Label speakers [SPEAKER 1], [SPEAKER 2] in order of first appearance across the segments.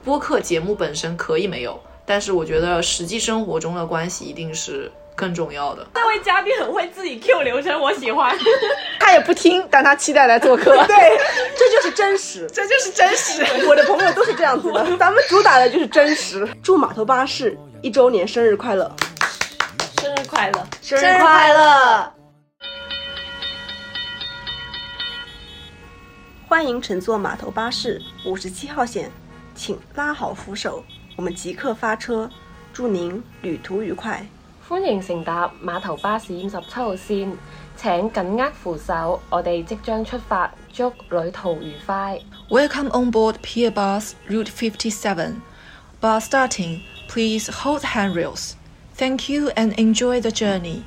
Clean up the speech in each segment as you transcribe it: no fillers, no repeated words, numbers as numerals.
[SPEAKER 1] 播客节目本身可以没有，但是我觉得实际生活中的关系一定是更重要的。
[SPEAKER 2] 这位嘉宾很会自己 Q 流程，我喜欢。
[SPEAKER 3] 他也不听，但他期待来做客。对，这就是真实，
[SPEAKER 1] 这就是真实。
[SPEAKER 3] 我的朋友都是这样子的，咱们主打的就是真实。祝码头巴士1周年生日快乐！
[SPEAKER 2] 生日快乐！
[SPEAKER 3] 生日快乐！欢迎乘坐码头巴士57号线，请拉好扶手，我们即刻发车，祝您旅途愉快。
[SPEAKER 2] 歡迎乘搭碼頭巴士57號線，請緊握扶手，我哋即將出發，祝旅途愉快。
[SPEAKER 1] Welcome on board Pier Bus Route 57. Bus starting, please hold handrails. Thank you and enjoy the journey.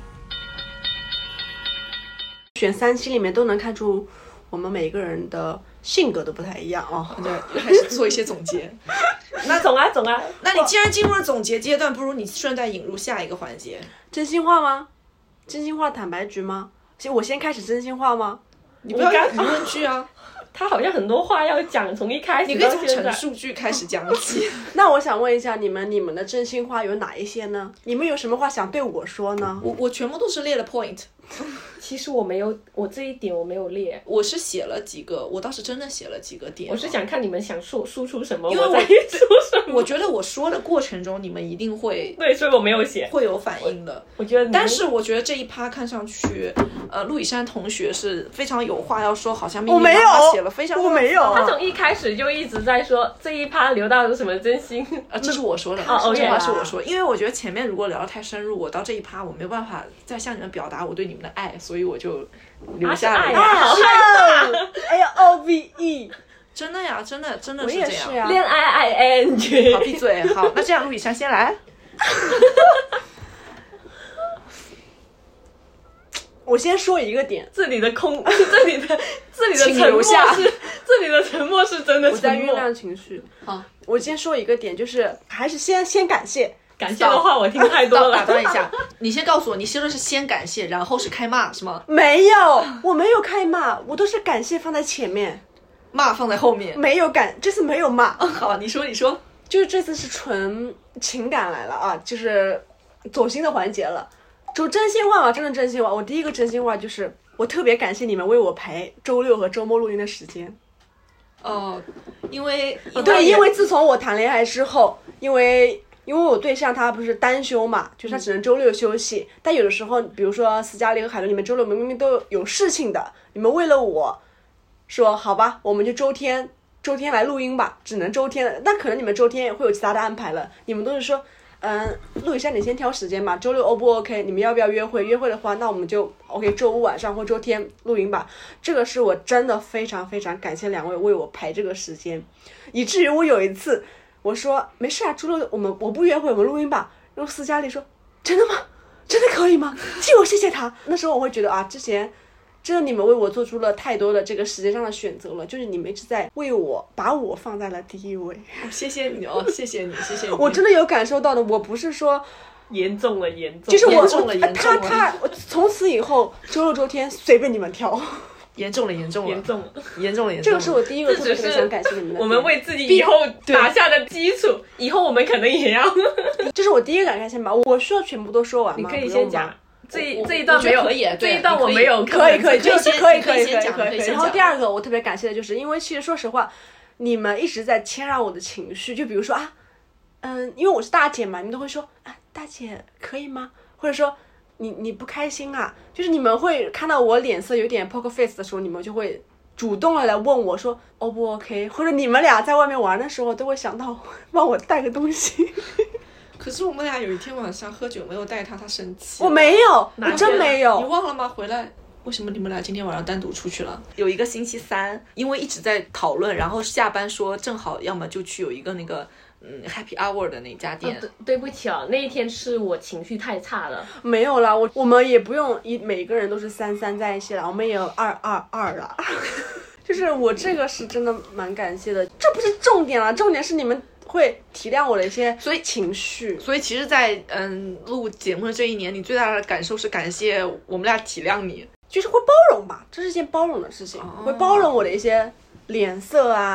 [SPEAKER 3] 选3期里面都能看出我们每个人的性格都不太一样哦。
[SPEAKER 1] 对，开始做一些总结。
[SPEAKER 2] 那总啊，
[SPEAKER 1] 那你既然进入了总结阶段，不如你顺带引入下一个环节。
[SPEAKER 3] 真心话吗？真心话坦白局吗？我先开始真心话吗？
[SPEAKER 1] 你不要疑问句啊。
[SPEAKER 2] 他好像很多话要讲，从一开始
[SPEAKER 1] 你可以从
[SPEAKER 2] 到现在
[SPEAKER 1] 陈述句开始讲起。
[SPEAKER 3] 那我想问一下你们的真心话有哪一些呢？你们有什么话想对我说呢？
[SPEAKER 1] 我全部都是列了 point。
[SPEAKER 2] 其实我没有，我这一点我没有列。
[SPEAKER 1] 我是写了几个，我倒是真的写了几个点。
[SPEAKER 2] 我是想看你们想输出什么，
[SPEAKER 1] 因为
[SPEAKER 2] 我在输什么。
[SPEAKER 1] 我觉得我说的过程中，你们一定会
[SPEAKER 2] 对，所以我没有写，
[SPEAKER 1] 会有反应的。
[SPEAKER 2] 我觉得，
[SPEAKER 1] 但是我觉得这一趴看上去，陆以山同学是非常有话要说，好像密密麻麻写了非常多。
[SPEAKER 3] 我没有，
[SPEAKER 2] 他从一开始就一直在说这一趴留到有什么真心。
[SPEAKER 1] 这是我说的，这话是我说，因为我觉得前面如果聊得太深入，我到这一趴我没有办法再向你们表达我对你们的爱，所以我就留下来。
[SPEAKER 2] 好害怕！
[SPEAKER 3] 哎呀 ，OVE，
[SPEAKER 1] 真的呀，真的是这样。
[SPEAKER 3] 呀，
[SPEAKER 2] 恋爱 ING。
[SPEAKER 1] 好，闭嘴。好，那这样陆以山先来。
[SPEAKER 3] 我先说一个点，
[SPEAKER 2] 这里的沉默是，这里的沉默是真的沉默。
[SPEAKER 3] 我在酝酿情绪。
[SPEAKER 1] 好，
[SPEAKER 3] 我先说一个点，就是还是先感谢。
[SPEAKER 2] 感谢的话我听太多了。
[SPEAKER 1] 打断一下，你先告诉我，你说的是先感谢，然后是开骂是吗？
[SPEAKER 3] 没有，我没有开骂，我都是感谢放在前面，
[SPEAKER 1] 骂放在后面。
[SPEAKER 3] 没有这次没有骂。
[SPEAKER 1] 好，你说。
[SPEAKER 3] 就是这次是纯情感来了啊，就是走心的环节了。就真心话嘛，真的真心话。我第一个真心话就是，我特别感谢你们为我排周六和周末录音的时间。
[SPEAKER 1] 因为
[SPEAKER 3] 自从我谈恋爱之后，因为我对象他不是单休嘛，就是他只能周六休息。但有的时候，比如说斯嘉丽和海伦，你们周六明明都有事情的，你们为了我说好吧，我们就周天来录音吧，只能周天了。那可能你们周天也会有其他的安排了，你们都是说录一下，你先挑时间吧，周六 O 不 OK？ 你们要不要约会？约会的话，那我们就 OK， 周五晚上或周天录音吧。这个是我真的非常非常感谢2位为我排这个时间，以至于我有一次我说没事啊，周六我不约会，我们录音吧。然后斯嘉丽说真的吗？真的可以吗？替我谢谢他。那时候我会觉得啊，之前真的你们为我做出了太多的这个时间上的选择了，就是你们一直在为我把我放在了第一位。
[SPEAKER 1] 谢谢你哦，谢谢你。
[SPEAKER 3] 我真的有感受到的，我不是说
[SPEAKER 2] 严重了，
[SPEAKER 3] 就是我
[SPEAKER 1] 他
[SPEAKER 3] 从此以后周六周天随便你们挑。
[SPEAKER 1] 严重了。
[SPEAKER 3] 这个是我第一个特别想感谢你们的。
[SPEAKER 2] 我们为自己以后打下的基础，以后我们可能也要。
[SPEAKER 3] 这是我第一个感谢吧。我需要全部都说完吗？
[SPEAKER 2] 你可以先讲。这一段没有，这一段我没有。
[SPEAKER 3] 可以，
[SPEAKER 1] 可以。
[SPEAKER 3] 然后第二个我特别感谢的就是，因为其实说实话，你们一直在牵让我的情绪，就比如说因为我是大姐嘛，你们都会说大姐可以吗？或者说你不开心啊？就是你们会看到我脸色有点 poker face 的时候，你们就会主动的来问我说 O 不 OK？ 或者你们俩在外面玩的时候都会想到帮我带个东西。
[SPEAKER 1] 可是我们俩有一天晚上喝酒没有带他生气。
[SPEAKER 3] 我没有，我真没有。
[SPEAKER 1] 你忘了吗？回来为什么你们俩今天晚上单独出去了？有一个星期三，因为一直在讨论，然后下班说正好要么就去有一个那个Happy Hour 的那家店。
[SPEAKER 2] 对不起啊，那一天是我情绪太差了。
[SPEAKER 3] 没有啦，我们也不用每个人都是3在一起了，我们也有2啦。就是我这个是真的蛮感谢的，这不是重点啦，重点是你们会体谅我的一些情绪。
[SPEAKER 1] 所以其实在录节目的这一年，你最大的感受是感谢我们俩体谅你，
[SPEAKER 3] 就是会包容吧，这是一件包容的事情，会包容我的一些脸色啊，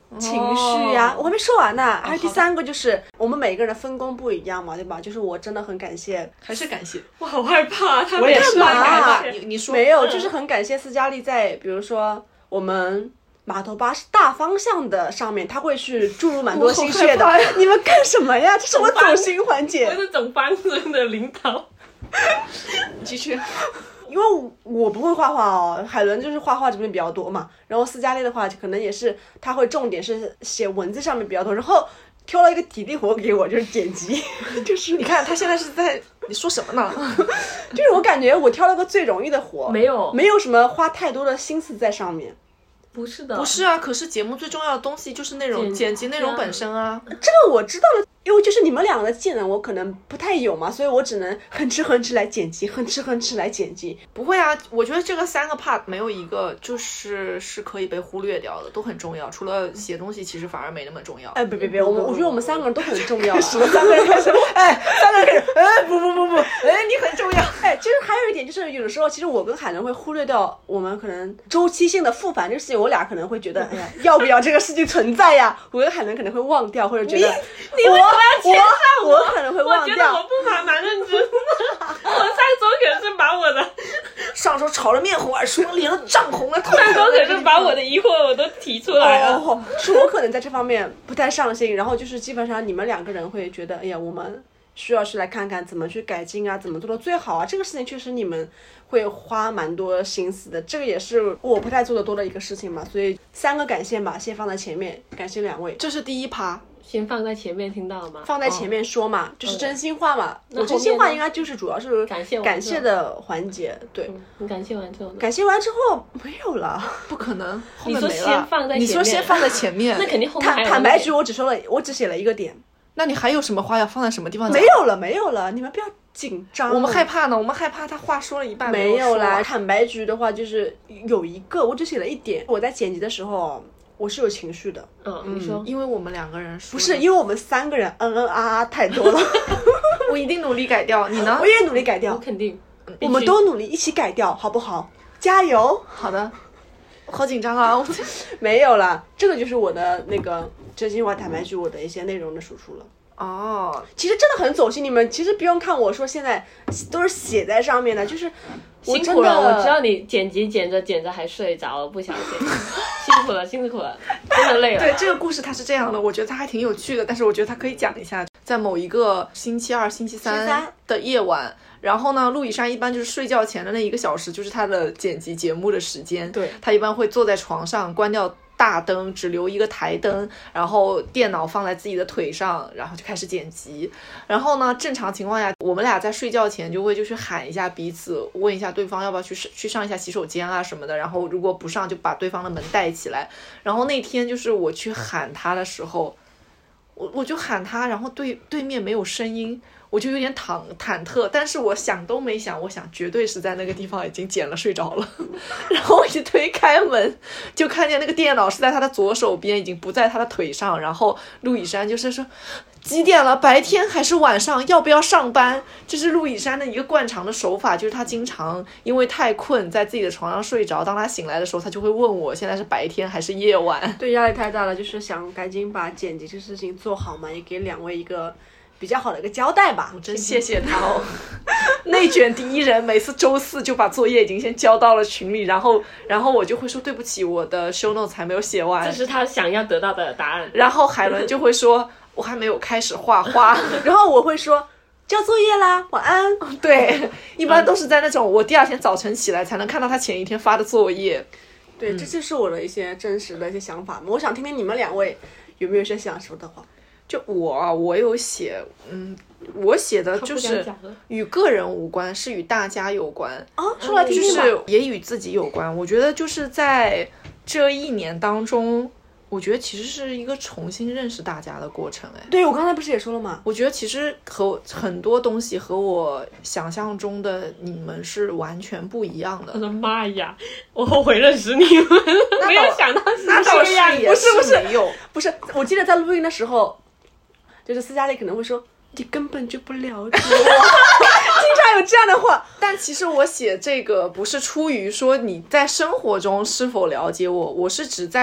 [SPEAKER 3] 情绪呀，我还没说完呢。还有第3个就是我们每个人的分工不一样嘛，对吧？就是我真的很感谢，
[SPEAKER 1] 还是感谢。
[SPEAKER 2] 我好害怕，
[SPEAKER 1] 我也是
[SPEAKER 3] 嘛
[SPEAKER 1] 你说
[SPEAKER 3] 没有，就是很感谢斯嘉丽在比如说我们码头巴士大方向的上面，他会去注入蛮多心血的。你们干什么呀？这是我走心环节。
[SPEAKER 2] 我是总班生的领导。
[SPEAKER 1] 继续。
[SPEAKER 3] 因为我不会画画哦，海伦就是画画这边比较多嘛，然后斯嘉丽的话可能也是他会重点是写文字上面比较多，然后挑了一个体力活给我，就是剪辑。就是
[SPEAKER 1] 你看他现在是在你说什么呢？
[SPEAKER 3] 就是我感觉我挑了个最容易的活，
[SPEAKER 2] 没有
[SPEAKER 3] 什么花太多的心思在上面。
[SPEAKER 2] 不是的，
[SPEAKER 1] 不是啊，可是节目最重要的东西就是内容，剪辑内容本身啊。
[SPEAKER 3] 这个我知道了，因为就是你们两个的技能我可能不太有嘛，所以我只能哼哧来剪辑，哼哧来剪辑。
[SPEAKER 1] 不会啊，我觉得这个3个 part 没有一个是可以被忽略掉的，都很重要。除了写东西，其实反而没那么重要。
[SPEAKER 3] 哎，别，我觉得我们3个人都很重要。什么3个人开始？哎，3个人开始。不，
[SPEAKER 1] 哎，你很重要。
[SPEAKER 3] 哎，就是还有一点，就是有的时候其实我跟海伦会忽略掉我们可能周期性的复盘这个事情，我俩可能会觉得，哎呀，要不要这个事情存在呀？我跟海伦可能会忘掉，或者觉得
[SPEAKER 2] 你为什么要牵上
[SPEAKER 3] 我可能会忘掉。
[SPEAKER 2] 我觉得我不盘蛮认真的，我上周可是把我的
[SPEAKER 1] 上周吵得面红耳赤，脸都涨红了，
[SPEAKER 2] 上周可是把我的疑惑我都提出来了。
[SPEAKER 3] 是我可能在这方面不太上心，然后就是基本上你们2个人会觉得，哎呀，我们需要去来看看怎么去改进啊，怎么做的最好啊。这个事情确实你们会花蛮多心思的，这个也是我不太做的多的一个事情嘛。所以3个感谢吧，先放在前面，感谢2位。
[SPEAKER 1] 这是第一趴。
[SPEAKER 2] 先放在前面，听到了吗？
[SPEAKER 3] 放在前面说嘛，就是真心话嘛。我真心话应该就是主要是感谢的环节，对。
[SPEAKER 2] 你感谢完之后呢？
[SPEAKER 3] 感谢完之后没有了，
[SPEAKER 1] 不可能。
[SPEAKER 2] 你说先放在前面，
[SPEAKER 1] 你说先放在前面，
[SPEAKER 2] 那肯定后面还有。
[SPEAKER 3] 坦白局我只写了1个点。
[SPEAKER 1] 那你还有什么话要放在什么地方讲？
[SPEAKER 3] 没有了，你们不要紧张。
[SPEAKER 1] 我们害怕呢，我们害怕他话说了一半
[SPEAKER 3] 没有啦。坦白局的话就是有一个，我只写了1点。我在剪辑的时候我是有情绪的。
[SPEAKER 2] 你说，
[SPEAKER 1] 因为我们2个人
[SPEAKER 3] 不是，因为我们3个人太多了。
[SPEAKER 1] 我一定努力改掉，你呢？
[SPEAKER 3] 我也努力改掉，
[SPEAKER 2] 我肯定，
[SPEAKER 3] 我们都努力一起改掉，好不好？加油！
[SPEAKER 1] 好的。好紧张啊！
[SPEAKER 3] 没有啦，这个就是我的那个真心话坦白局，我的一些内容的输出了。
[SPEAKER 1] 哦，
[SPEAKER 3] 其实真的很走心，你们其实不用看我说现在都是写在上面的，就是
[SPEAKER 2] 辛苦了。我知道你剪辑剪着还睡着了，不小心，辛苦了，真的累了。
[SPEAKER 1] 对，这个故事它是这样的，我觉得它还挺有趣的，但是我觉得它可以讲一下，在某一个星期2、星期3的夜晚。然后呢，陆以山一般就是睡觉前的那1个小时，就是他的剪辑节目的时间。
[SPEAKER 3] 对，
[SPEAKER 1] 他一般会坐在床上，关掉大灯，只留一个台灯，然后电脑放在自己的腿上，然后就开始剪辑。然后呢，正常情况下，我们俩在睡觉前就会去喊一下彼此，问一下对方要不要去上一下洗手间啊什么的。然后如果不上，就把对方的门带起来。然后那天就是我去喊他的时候，我就喊他，然后对面没有声音。我就有点忐忑，但是我想都没想，我想绝对是在那个地方已经剪了睡着了。然后我一推开门，就看见那个电脑是在他的左手边，已经不在他的腿上。然后陆以山就是说，几点了？白天还是晚上？要不要上班？这是陆以山的一个惯常的手法，就是他经常因为太困，在自己的床上睡着。当他醒来的时候，他就会问我现在是白天还是夜晚。
[SPEAKER 3] 对，压力太大了，就是想赶紧把剪辑这事情做好嘛，也给2位一个比较好的一个交代吧。
[SPEAKER 1] 我真谢谢他哦。内卷第一人，每次周4就把作业已经先交到了群里，然后我就会说对不起，我的 show notes 还没有写完。
[SPEAKER 2] 这是他想要得到的答案。
[SPEAKER 1] 然后海伦就会说我还没有开始画画。
[SPEAKER 3] 然后我会说交作业啦，晚安。
[SPEAKER 1] 对，一般都是在那种我第2天早晨起来才能看到他前一天发的作业。
[SPEAKER 3] 对，这就是我的一些真实的一些想法。我想听听你们2位有没有些想说的话。
[SPEAKER 1] 就我有写，我写的就是与个人无关，是与大家有关
[SPEAKER 3] 啊。说来听听吧。
[SPEAKER 1] 就是也与自己有关。我觉得就是在这1年当中，我觉得其实是一个重新认识大家的过程。哎，
[SPEAKER 3] 对，我刚才不是也说了吗？
[SPEAKER 1] 我觉得其实和很多东西和我想象中的你们是完全不一样的。
[SPEAKER 2] 我的妈呀，我后悔认识你们了，没有想到是这个样子。
[SPEAKER 3] 不是，我记得在录音的时候。就是斯嘉丽可能会说你根本就不了解我，经常有这样的话。
[SPEAKER 1] 但其实我写这个不是出于说你在生活中是否了解我，我是指在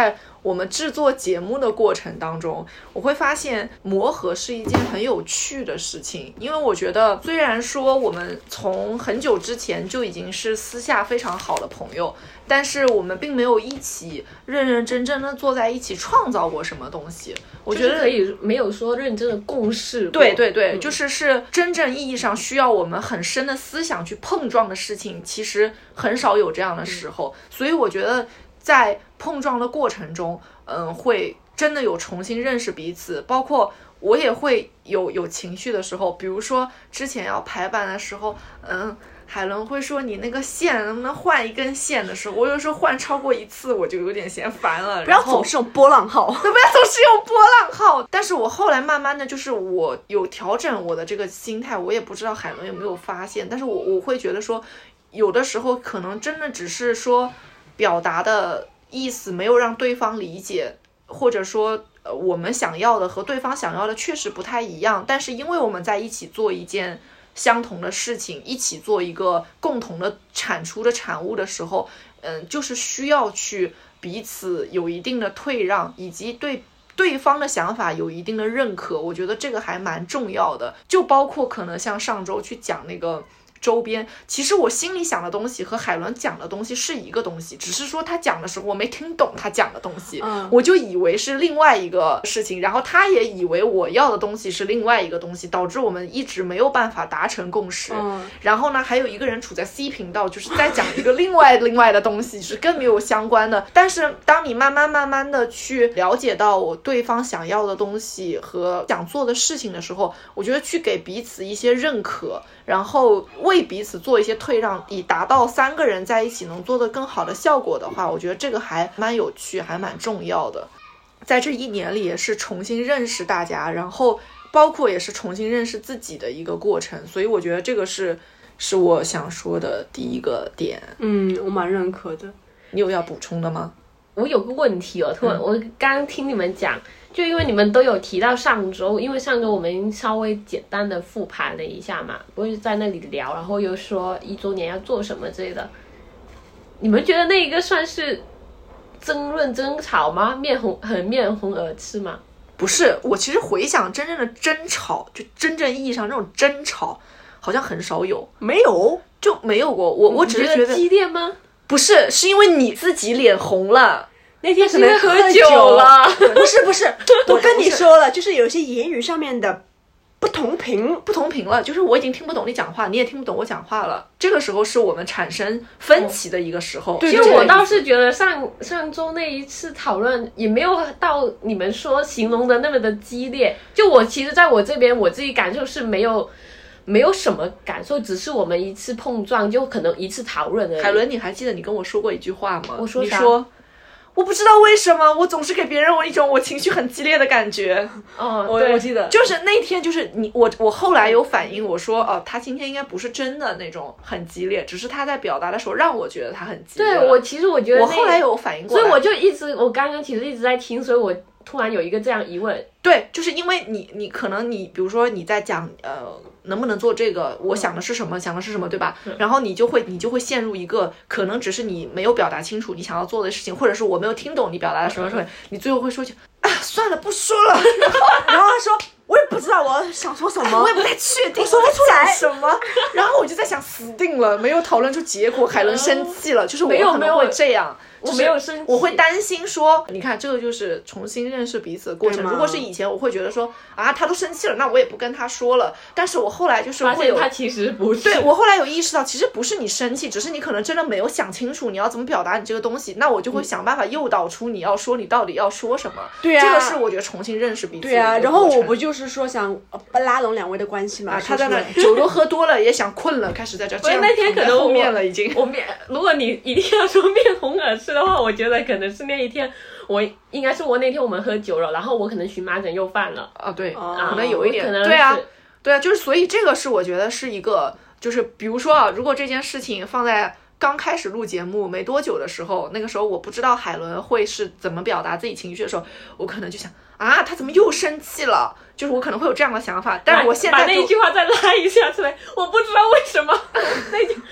[SPEAKER 1] 我们制作节目的过程当中，我会发现磨合是一件很有趣的事情。因为我觉得虽然说我们从很久之前就已经是私下非常好的朋友，但是我们并没有一起认认真真的坐在一起创造过什么东西。我觉得
[SPEAKER 2] 可以没有说认真的共事过。
[SPEAKER 1] 对对对，就是真正意义上需要我们很深的思想去碰撞的事情，其实很少有这样的时候。所以我觉得在碰撞的过程中，会真的有重新认识彼此，包括我也会有情绪的时候，比如说之前要排版的时候，海伦会说你那个线能不能换一根线的时候，我有时候换超过一次我就有点嫌烦了，
[SPEAKER 3] 不要总是用波浪号，
[SPEAKER 1] 不要总是用波浪号。但是我后来慢慢的就是我有调整我的这个心态，我也不知道海伦有没有发现，但是我会觉得说有的时候可能真的只是说表达的意思没有让对方理解，或者说我们想要的和对方想要的确实不太一样，但是因为我们在一起做一件相同的事情，一起做一个共同的产出的产物的时候，就是需要去彼此有一定的退让，以及对对方的想法有一定的认可，我觉得这个还蛮重要的。就包括可能像上周去讲那个周边，其实我心里想的东西和海伦讲的东西是一个东西，只是说他讲的时候我没听懂他讲的东西，我就以为是另外一个事情，然后他也以为我要的东西是另外一个东西，导致我们一直没有办法达成共识。然后呢，还有一个人处在 C 频道，就是在讲一个另外的东西，是更没有相关的。但是当你慢慢的去了解到我对方想要的东西和想做的事情的时候，我觉得去给彼此一些认可，然后为彼此做一些退让，以达到3个人在一起能做得更好的效果的话，我觉得这个还蛮有趣，还蛮重要的。在这1年里也是重新认识大家，然后包括也是重新认识自己的一个过程，所以我觉得这个是我想说的第一个点。
[SPEAKER 3] 我蛮认可的。
[SPEAKER 1] 你有要补充的吗？
[SPEAKER 2] 我有个问题哦，突然我刚听你们讲，就因为你们都有提到上周，因为上周我们稍微简单的复盘了一下嘛，不是在那里聊，然后又说1周年要做什么之类的。你们觉得那一个算是争论争吵吗？很面红耳赤吗？
[SPEAKER 1] 不是，我其实回想真正的争吵，就真正意义上这种争吵好像很少有，
[SPEAKER 3] 没有
[SPEAKER 1] 就没有过。我只是觉得
[SPEAKER 2] 激烈吗？
[SPEAKER 1] 不是，是因为你自己脸红了。
[SPEAKER 3] 那天可能
[SPEAKER 2] 喝酒了。
[SPEAKER 3] 不是，我跟你说了，就是有一些言语上面的不同频
[SPEAKER 1] 了，就是我已经听不懂你讲话，你也听不懂我讲话了。这个时候是我们产生分歧的一个时候。
[SPEAKER 2] 其实我倒是觉得上周那一次讨论也没有到你们说形容的那么的激烈。就我其实在我这边我自己感受是没有什么感受，只是我们一次碰撞，就可能一次讨论而已。
[SPEAKER 1] 海伦，你还记得你跟我说过一句话吗？
[SPEAKER 2] 我说啥？
[SPEAKER 1] 你说我不知道为什么我总是给别人一种我情绪很激烈的感觉。
[SPEAKER 3] 我记得
[SPEAKER 1] 就是那天，就是我后来有反应，我说他今天应该不是真的那种很激烈，只是他在表达的时候让我觉得他很激烈。
[SPEAKER 2] 对，其实我觉得
[SPEAKER 1] 我后来有反应过来，
[SPEAKER 2] 所以我刚刚其实一直在听，所以我突然有一个这样疑问。
[SPEAKER 1] 对，就是因为你可能比如说你在讲能不能做这个，我想的是什么，对吧？然后你就会陷入一个可能只是你没有表达清楚你想要做的事情，或者是我没有听懂你表达的什么，你最后会说句算了不说了，
[SPEAKER 3] 然后他说我也不知道我想说什么，
[SPEAKER 1] 我也不太确定
[SPEAKER 3] 我说不出来
[SPEAKER 1] 什么，然后我就在想死定了，没有讨论出结果，海伦生气了，就是我可能会这样。
[SPEAKER 2] 我没有生气，
[SPEAKER 1] 我会担心说，你看这个就是重新认识彼此的过程。如果是以前，我会觉得说他都生气了，那我也不跟他说了。但是我后来就是会有，
[SPEAKER 2] 发现他其实不是。
[SPEAKER 1] 对，我后来有意识到，其实不是你生气，只是你可能真的没有想清楚你要怎么表达你这个东西。那我就会想办法诱导出你要说你到底要说什么。
[SPEAKER 3] 对啊，
[SPEAKER 1] 这个是我觉得重新认识彼此的一个过程。
[SPEAKER 3] 对啊，然后我不就是说想拉拢2位的关系嘛？
[SPEAKER 1] 他在那酒都喝多了，也想困了，开始在这样。
[SPEAKER 2] 那天可能
[SPEAKER 1] 后面了已经。
[SPEAKER 2] 如果你一定要说面红耳赤的话，我觉得可能是那一天，应该是那天我们喝酒了，然后我可能荨麻疹又犯了。
[SPEAKER 1] 对，可能有一点。对啊，就是所以这个是我觉得是一个，就是比如说如果这件事情放在刚开始录节目没多久的时候，那个时候我不知道海伦会是怎么表达自己情绪的时候，我可能就想他怎么又生气了，就是我可能会有这样的想法。但是我现在
[SPEAKER 2] 把那一句话再拉一下出来，我不知道为什么那句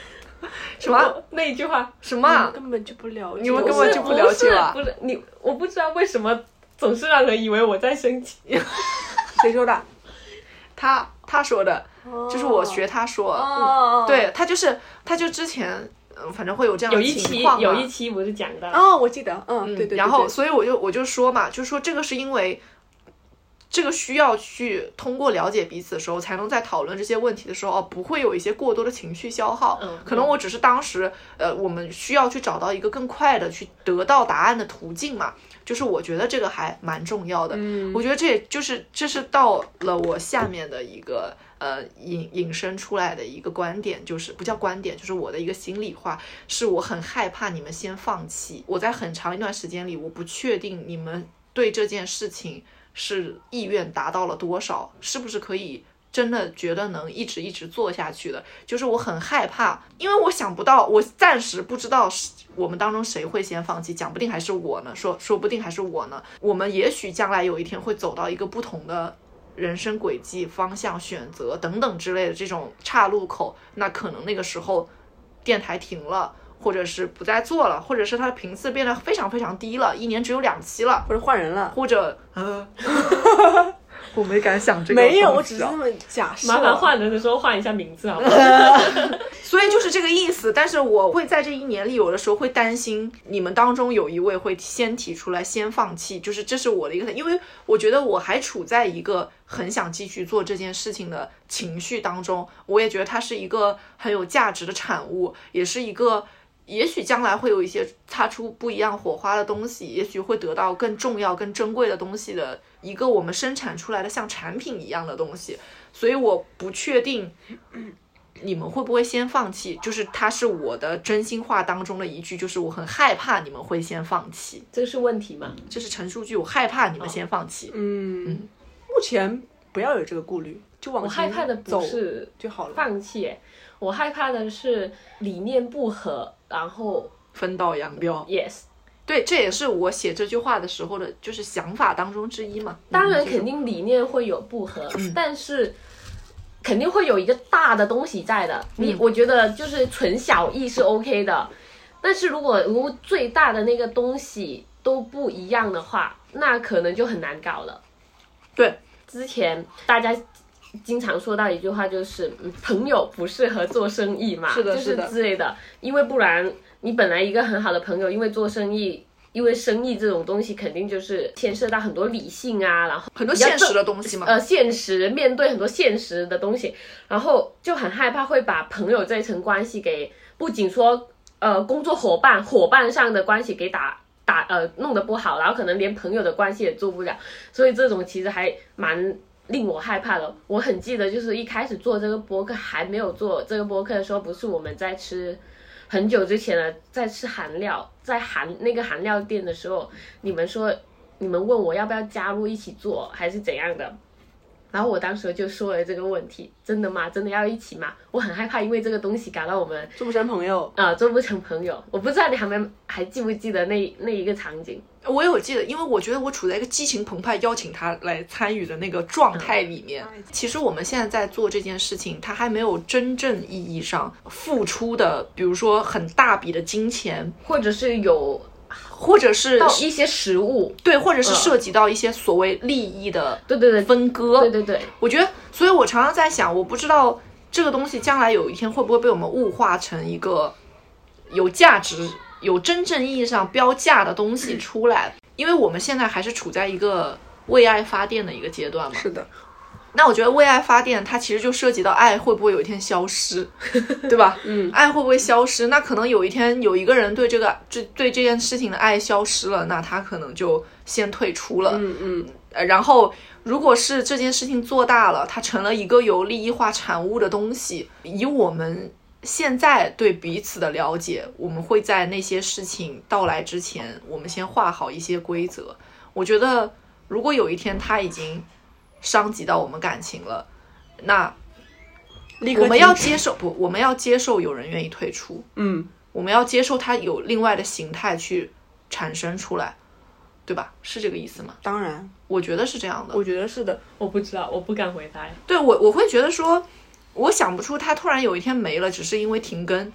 [SPEAKER 1] 什么
[SPEAKER 2] 那一句话？
[SPEAKER 1] 什么？
[SPEAKER 3] 根本就不了解，
[SPEAKER 1] 你们根本就不了解吧？
[SPEAKER 2] 不是你，我不知道为什么总是让人以为我在生气。
[SPEAKER 3] 谁说的？
[SPEAKER 1] 他说的，就是我学他说，对他就之前。反正会有这样的情况嘛。
[SPEAKER 2] 有一期不是讲到
[SPEAKER 3] 我记得，对。
[SPEAKER 1] 然后，所以我就说嘛，就说这个是因为这个需要去通过了解彼此的时候，才能在讨论这些问题的时候，不会有一些过多的情绪消耗。可能我只是当时，我们需要去找到一个更快的去得到答案的途径嘛。就是我觉得这个还蛮重要的。我觉得这是到了我下面的一个。引申出来的一个观点，就是不叫观点，就是我的一个心里话，是我很害怕你们先放弃。我在很长一段时间里，我不确定你们对这件事情是意愿达到了多少，是不是可以真的觉得能一直做下去的。就是我很害怕，因为我想不到，我暂时不知道我们当中谁会先放弃，讲不定还是我呢，说不定还是我呢。我们也许将来有一天会走到一个不同的人生轨迹、方向、选择等等之类的这种岔路口，那可能那个时候电台停了，或者是不再做了，或者是它的频次变得非常非常低了，一年只有2期了，
[SPEAKER 3] 或者换人了，
[SPEAKER 1] 或者我没敢想这个，
[SPEAKER 3] 没有，我只是这么假设。
[SPEAKER 2] 麻烦换人的时候换一下名字好不好？
[SPEAKER 1] 所以就是这个意思。但是我会在这一年里，有的时候会担心你们当中有一位会先提出来，先放弃，就是这是我的一个，因为我觉得我还处在一个很想继续做这件事情的情绪当中。我也觉得它是一个很有价值的产物，也是一个也许将来会有一些擦出不一样火花的东西，也许会得到更重要更珍贵的东西的一个我们生产出来的像产品一样的东西。所以我不确定你们会不会先放弃，就是它是我的真心话当中的一句，就是我很害怕你们会先放弃。
[SPEAKER 2] 这是问题吗？
[SPEAKER 1] 这是陈述句，我害怕你们先放弃。
[SPEAKER 3] 目前不要有这个顾虑，就往前走。
[SPEAKER 2] 我害怕的不是
[SPEAKER 3] 就好了，
[SPEAKER 2] 放弃，我害怕的是理念不合，然后
[SPEAKER 1] 分道扬镳。
[SPEAKER 2] Yes，
[SPEAKER 1] 对，这也是我写这句话的时候的就是想法当中之一嘛。
[SPEAKER 2] 当然肯定理念会有不合，但是肯定会有一个大的东西在的。我觉得就是纯小意是 OK 的，但是如果最大的那个东西都不一样的话，那可能就很难搞了。
[SPEAKER 1] 对，
[SPEAKER 2] 之前大家经常说到一句话，就是朋友不适合做生意嘛，
[SPEAKER 3] 是的
[SPEAKER 2] 就是之类的。因为不然你本来一个很好的朋友，因为做生意，因为生意这种东西肯定就是牵涉到很多理性啊，然后
[SPEAKER 1] 很多现实的东西嘛。
[SPEAKER 2] 现实面对很多现实的东西，然后就很害怕会把朋友这一层关系给，不仅说工作伙伴上的关系给弄得不好，然后可能连朋友的关系也做不了，所以这种其实还蛮令我害怕的。我很记得就是一开始做这个播客，还没有做这个播客的时候，不是我们在吃很久之前的，在吃韩料，在那个韩料店的时候，你们问我要不要加入一起做还是怎样的，然后我当时就说了这个问题，真的吗？真的要一起吗？我很害怕因为这个东西搞到我们
[SPEAKER 3] 做不成朋友
[SPEAKER 2] 做不成朋友。我不知道你还记不记得那一个场景。
[SPEAKER 1] 我有记得，因为我觉得我处在一个激情澎湃邀请他来参与的那个状态里面。其实我们现在在做这件事情，它还没有真正意义上付出的，比如说很大笔的金钱，
[SPEAKER 2] 或者是
[SPEAKER 1] 到
[SPEAKER 2] 一些食物，
[SPEAKER 1] 对，或者是涉及到一些所谓利益的
[SPEAKER 2] 对
[SPEAKER 1] 分割。
[SPEAKER 2] 对，
[SPEAKER 1] 我觉得，所以我常常在想，我不知道这个东西将来有一天会不会被我们物化成一个有价值、有真正意义上标价的东西出来，因为我们现在还是处在一个为爱发电的一个阶段嘛。
[SPEAKER 3] 是的。
[SPEAKER 1] 那我觉得为爱发电，它其实就涉及到爱会不会有一天消失，对吧？爱会不会消失？那可能有一天有一个人对这件事情的爱消失了，那他可能就先退出了。然后如果是这件事情做大了，它成了一个有利益化产物的东西，以我们现在对彼此的了解，我们会在那些事情到来之前，我们先画好一些规则。我觉得如果有一天它已经伤及到我们感情了，那我们要接受有人愿意退出。我们要接受它有另外的形态去产生出来，对吧？是这个意思吗？
[SPEAKER 3] 当然，
[SPEAKER 1] 我觉得是这样的。
[SPEAKER 3] 我觉得是的。
[SPEAKER 2] 我不知道，我不敢回答。
[SPEAKER 1] 对，我会觉得说，我想不出它突然有一天没了，只是因为停更。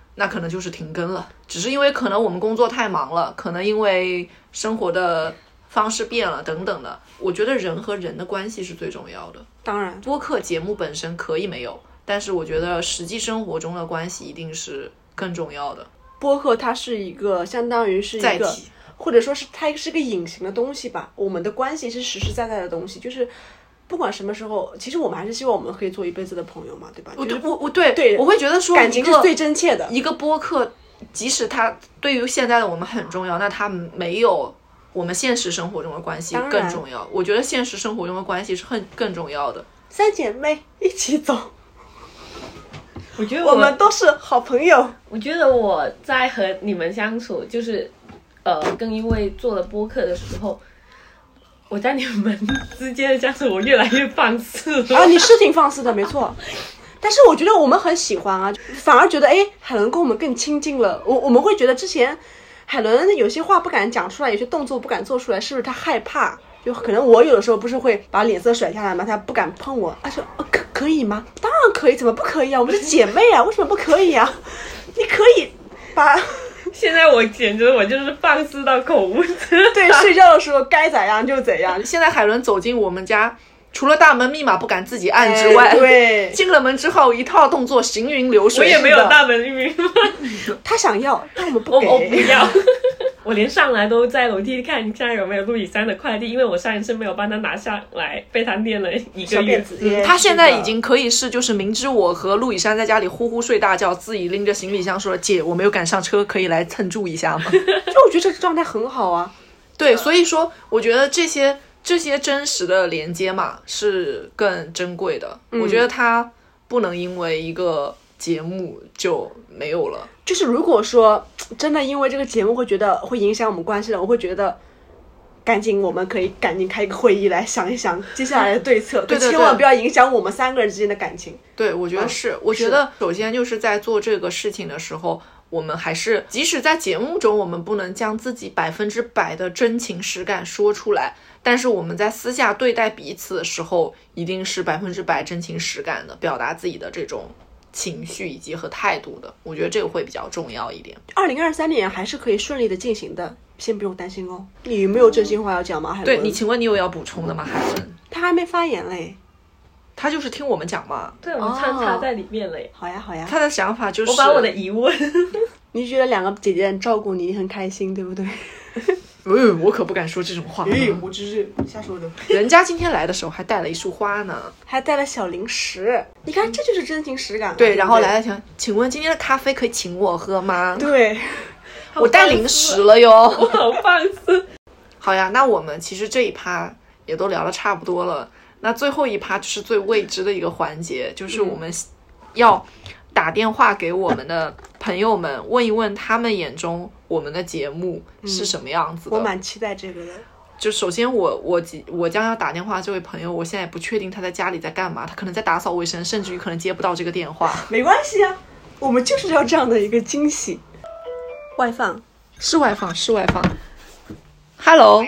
[SPEAKER 1] 那可能就是停更了。只是因为可能我们工作太忙了，可能因为生活的方式变了等等的。我觉得人和人的关系是最重要的。
[SPEAKER 3] 当然，
[SPEAKER 1] 播客节目本身可以没有，但是我觉得实际生活中的关系一定是更重要的。
[SPEAKER 3] 播客它是一个相当于是一个，或者说是它是个隐形的东西吧。我们的关系是实实在在的东西，就是不管什么时候，其实我们还是希望我们可以做一辈子的朋友嘛，对吧？对，
[SPEAKER 1] 我会觉得说
[SPEAKER 3] 感情是最真切的。
[SPEAKER 1] 一个播客，即使它对于现在的我们很重要，那它没有我们现实生活中的关系更重要。我觉得现实生活中的关系是更重要的。
[SPEAKER 3] 三姐妹一起走，
[SPEAKER 2] 我觉得
[SPEAKER 3] 我们都是好朋友。
[SPEAKER 2] 我觉得我在和你们相处，就是更因为做了播客的时候，我在你们之间的相处，我越来越放肆了。
[SPEAKER 3] 啊，你是挺放肆的，没错。但是我觉得我们很喜欢啊，反而觉得海伦跟我们更亲近了。我们会觉得之前海伦有些话不敢讲出来，有些动作不敢做出来，是不是他害怕？就可能我有的时候不是会把脸色甩下来吗？他不敢碰我，他说可以吗？当然可以，怎么不可以啊？我们是姐妹啊，为什么不可以啊？你可以把。
[SPEAKER 2] 现在我简直我就是放肆到口无遮拦。
[SPEAKER 3] 对，睡觉的时候该怎样就怎样。
[SPEAKER 1] 现在海伦走进我们家，除了大门密码不敢自己按之外，
[SPEAKER 3] 对，
[SPEAKER 1] 进了门之后一套动作行云流水。
[SPEAKER 2] 我也没有大门密码。
[SPEAKER 3] 他想要，但我们不给。
[SPEAKER 2] 我不要。我连上来都在楼梯看一下有没有路易珊的快递，因为我上一次没有帮他拿下来，被他念了1个月。
[SPEAKER 1] 他现在已经可以是，就是明知我和路易珊在家里呼呼睡大觉，自己拎着行李箱说：“姐，我没有赶上车，可以来蹭住一下吗？”
[SPEAKER 3] 就我觉得这个状态很好啊。
[SPEAKER 1] 对，所以说我觉得这些真实的连接嘛是更珍贵的。我觉得它不能因为一个节目就没有了。
[SPEAKER 3] 就是如果说真的因为这个节目会觉得会影响我们关系了，我会觉得我们可以赶紧开一个会议来想一想接下来的对策。
[SPEAKER 1] 对，
[SPEAKER 3] 千万不要影响我们3个人之间的感情。
[SPEAKER 1] 对，我觉得是。我觉得首先就是在做这个事情的时候，我们还是即使在节目中我们不能将自己100%的真情实感说出来，但是我们在私下对待彼此的时候一定是100%真情实感的表达自己的这种情绪以及和态度的。我觉得这个会比较重要一点。
[SPEAKER 3] 2023年还是可以顺利的进行的，先不用担心哦。你有没有真心话要讲吗？海伦？
[SPEAKER 1] 对，你请问你有要补充的吗？海伦
[SPEAKER 3] 他还没发言嘞。
[SPEAKER 1] 他就是听我们讲嘛。
[SPEAKER 2] 对，我们穿插在里面了耶。
[SPEAKER 3] 好呀好呀。
[SPEAKER 1] 他的想法就是
[SPEAKER 2] 我把我的疑问
[SPEAKER 3] 你觉得2个姐姐照顾你很开心对不对？
[SPEAKER 1] 我可不敢说这种话。
[SPEAKER 3] 我只是瞎说的。
[SPEAKER 1] 人家今天来的时候还带了一束花呢，
[SPEAKER 3] 还带了小零食。你看，这就是真情实感。
[SPEAKER 1] 对，然后来了，请问今天的咖啡可以请我喝吗？
[SPEAKER 3] 对，
[SPEAKER 1] 我带零食了哟。
[SPEAKER 2] 我好放肆。
[SPEAKER 1] 好呀，那我们其实这一趴也都聊得差不多了。那最后一趴就是最未知的一个环节，就是我们要打电话给我们的朋友们，问一问他们眼中我们的节目是什么样子的。
[SPEAKER 3] 我蛮期待这个的。
[SPEAKER 1] 就首先我将要打电话这位朋友，我现在也不确定他在家里在干嘛，他可能在打扫卫生，甚至于可能接不到这个电话。
[SPEAKER 3] 没关系啊，我们就是要这样的一个惊喜。外放
[SPEAKER 1] 是外放是外放。Hello，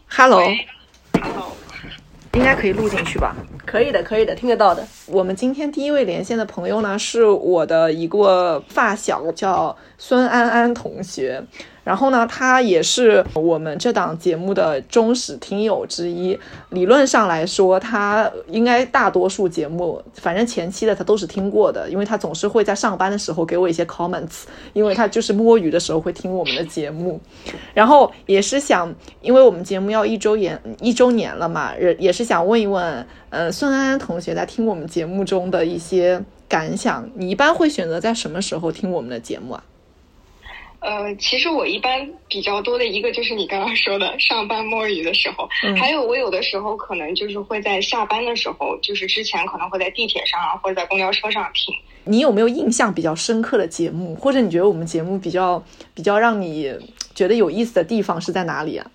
[SPEAKER 1] 应该可以录进去吧？
[SPEAKER 3] 可以的，听得到的。
[SPEAKER 1] 我们今天第一位连线的朋友呢，是我的一个发小，叫孙安安同学。然后呢，他也是我们这档节目的忠实听友之一。理论上来说，他应该大多数节目，反正前期的他都是听过的，因为他总是会在上班的时候给我一些 comments， 因为他就是摸鱼的时候会听我们的节目。然后也是想，因为我们节目要1周年了嘛，也是想问一问，孙安安同学在听我们节目中的一些感想。你一般会选择在什么时候听我们的节目啊？
[SPEAKER 4] 其实我一般比较多的一个就是你刚刚说的上班摸鱼的时候，还有我有的时候可能就是会在下班的时候，就是之前可能会在地铁上啊，或者在公交车上听。
[SPEAKER 1] 你有没有印象比较深刻的节目，或者你觉得我们节目比较让你觉得有意思的地方是在哪里啊？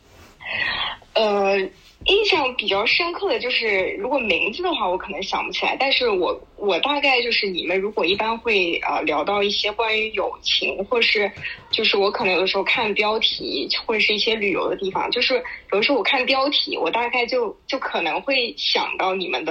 [SPEAKER 4] 印象比较深刻的就是如果名字的话我可能想不起来，但是我大概就是你们如果一般会聊到一些关于友情，或是就是我可能有的时候看标题会是一些旅游的地方，就是有的时候我看标题我大概就可能会想到你们的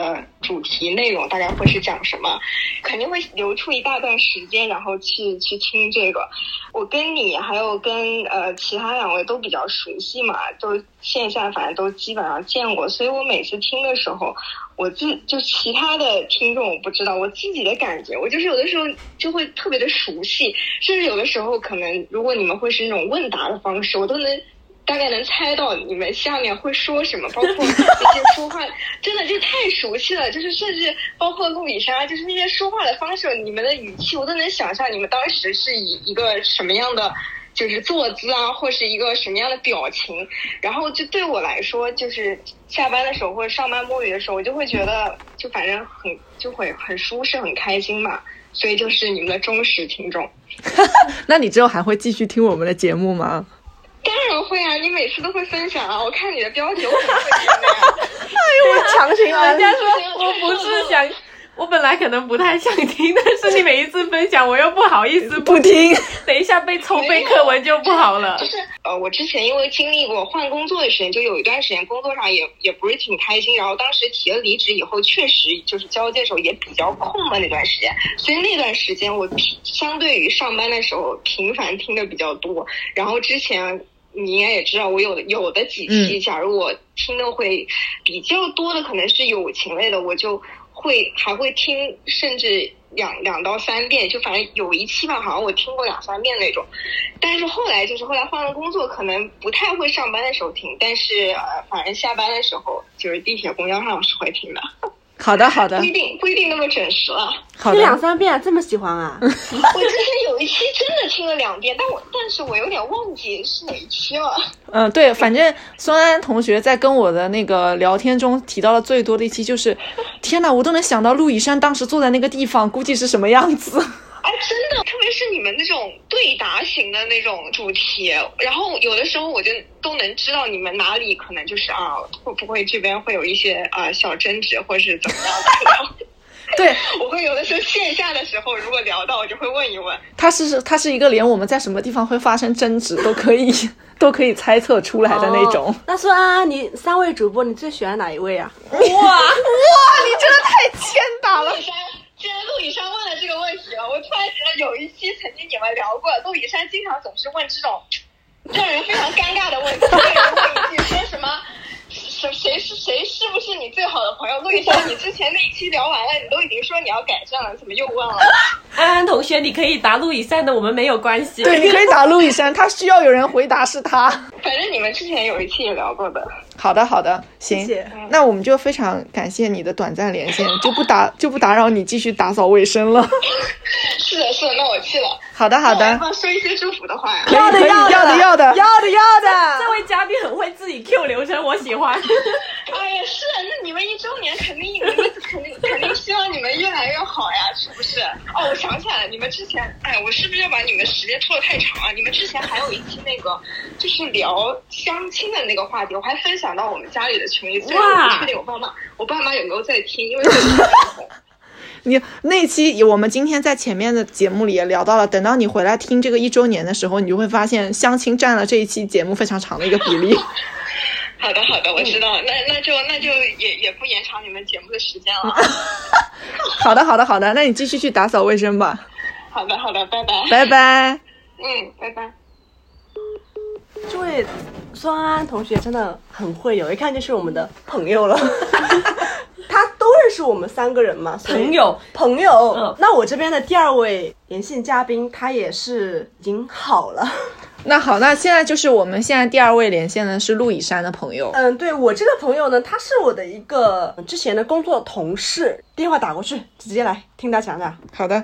[SPEAKER 4] 主题内容大概会是讲什么，肯定会留出一大段时间，然后去听这个。我跟你还有跟其他2位都比较熟悉嘛，都线下反正都基本上见过，所以我每次听的时候，就其他的听众我不知道，我自己的感觉，我就是有的时候就会特别的熟悉，甚至有的时候可能如果你们会是那种问答的方式，我都大概能猜到你们下面会说什么，包括那些说话真的就太熟悉了，就是甚至包括陆以莎，就是那些说话的方式，你们的语气我都能想象你们当时是以一个什么样的就是坐姿啊，或是一个什么样的表情，然后就对我来说，就是下班的时候或者上班摸鱼的时候，我就会觉得就反正就会很舒适很开心嘛，所以就是你们的忠实听众。
[SPEAKER 1] 那你之后还会继续听我们的节目吗？
[SPEAKER 4] 当然会啊，你每次都会分享啊，我看你的标题我肯定会听的呀。
[SPEAKER 3] 我强行
[SPEAKER 2] 人家说我不是想，我本来可能不太想听，但是你每一次分享我又不好意思
[SPEAKER 1] 不听，
[SPEAKER 2] 等一下被抽背课文就不好了。
[SPEAKER 4] 就是我之前因为经历过换工作的时间，就有一段时间工作上也不是挺开心，然后当时提了离职以后，确实就是交接的时候也比较空嘛那段时间，所以那段时间我相对于上班的时候频繁听的比较多，然后之前你应该也知道，我有的几期，假如我听的会比较多的，可能是友情类的，我就还会听，甚至2到3遍，就反正有一期吧，好像我听过2、3遍那种。但是后来换了工作，可能不太会上班的时候听，但是反正下班的时候，就是地铁、公交上是会听的。
[SPEAKER 1] 好的好的，
[SPEAKER 4] 不一定那么准时了。
[SPEAKER 1] 好的，
[SPEAKER 3] 听2、3遍这么喜欢啊？
[SPEAKER 4] 我之前有一期真的听了2遍，但是我有点忘记是哪一期了。
[SPEAKER 1] 对，反正孙安同学在跟我的那个聊天中提到了最多的一期就是，天哪，我都能想到陆以山当时坐在那个地方估计是什么样子。
[SPEAKER 4] 哎，真的，特别是你们那种对答型的那种主题，然后有的时候我就都能知道你们哪里可能就是会不会这边会有一些小争执，或是怎么样的。
[SPEAKER 1] 对，
[SPEAKER 4] 我会有的时候线下的时候，如果聊到，我就会问一问。
[SPEAKER 1] 他是一个连我们在什么地方会发生争执都可以猜测出来的那种。
[SPEAKER 3] 那孙安，你3位主播你最喜欢哪一位啊？
[SPEAKER 1] 哇，你真的太欠打了。
[SPEAKER 4] 既然陆以山问了这个问题了，我突然觉得有一期曾经你们聊过，陆以山经常总是问这种让人非常尴尬的问题，问一句说什么谁是不是你最好的朋友？陆以山，你之前那一期聊完了，你都已经说你要改正了，怎么又问了？
[SPEAKER 2] 安安同学，你可以答陆以山的，我们没有关系。
[SPEAKER 1] 对，你可以答陆以山，他需要有人回答是他。
[SPEAKER 4] 反正你们之前有一期也聊过的。
[SPEAKER 1] 好的，行，
[SPEAKER 3] 谢谢。
[SPEAKER 1] 那我们就非常感谢你的短暂连线，就不打扰你继续打扫卫生了。
[SPEAKER 4] 是的，那我去了。
[SPEAKER 1] 好的。
[SPEAKER 4] 那说一些祝福的话呀。
[SPEAKER 3] 要的。
[SPEAKER 2] 这位嘉宾很会自己 Q 流程，我喜欢。
[SPEAKER 4] 哎呀，是，那你们1周年肯定希望你们越来越好呀，是不是？哦，我想起来了，你们之前，我是不是要把你们时间拖得太长了？你们之前还有一期那个就是聊相亲的那个话题，我还分享到我们家里的群里，虽然我不确定我爸妈有没有在听，因为
[SPEAKER 1] 你那期我们今天在前面的节目里也聊到了，等到你回来听这个1周年的时候，你就会发现相亲占了这一期节目非常长的一个比例。
[SPEAKER 4] 好的，我知道了，那就也不延长你们节目的时间了。
[SPEAKER 1] 好的，那你继续去打扫卫生吧。
[SPEAKER 4] 好的，拜拜。
[SPEAKER 1] 拜拜。
[SPEAKER 4] 拜拜。
[SPEAKER 3] 这位孙安同学真的很会一看就是我们的朋友了。他都认识我们3个人嘛，朋友。那我这边的第2位连线嘉宾，他也是已经好了。
[SPEAKER 1] 那好，那现在就是我们现在第2位连线的是陆以山的朋友。
[SPEAKER 3] 对，我这个朋友呢，他是我的一个之前的工作同事，电话打过去，直接来听他讲讲。
[SPEAKER 1] 好的。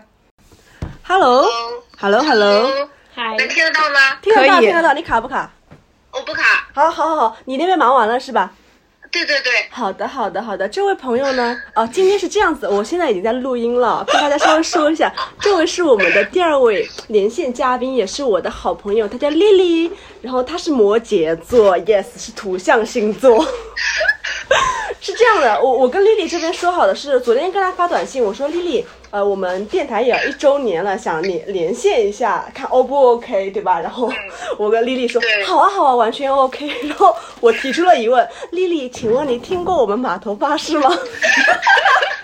[SPEAKER 3] Hello，
[SPEAKER 2] 嗨，
[SPEAKER 4] 能听得到吗？
[SPEAKER 3] 听得到，你卡不卡？
[SPEAKER 4] 我不卡。
[SPEAKER 3] 好，你那边忙完了是吧？
[SPEAKER 4] 对。
[SPEAKER 3] 好的，这位朋友呢，今天是这样子，我现在已经在录音了，跟大家稍微说一下，这位是我们的第2位连线嘉宾，也是我的好朋友，他叫丽丽，然后他是摩羯座 ，yes， 是土象星座。是这样的，我跟丽丽这边说好的是，昨天跟她发短信，我说丽丽，我们电台也要1周年了，想你连线一下，看 O 不 OK， 对吧？然后我跟丽丽说，好啊，完全 OK。然后我提出了疑问，丽丽，请问你听过我们码头巴士吗？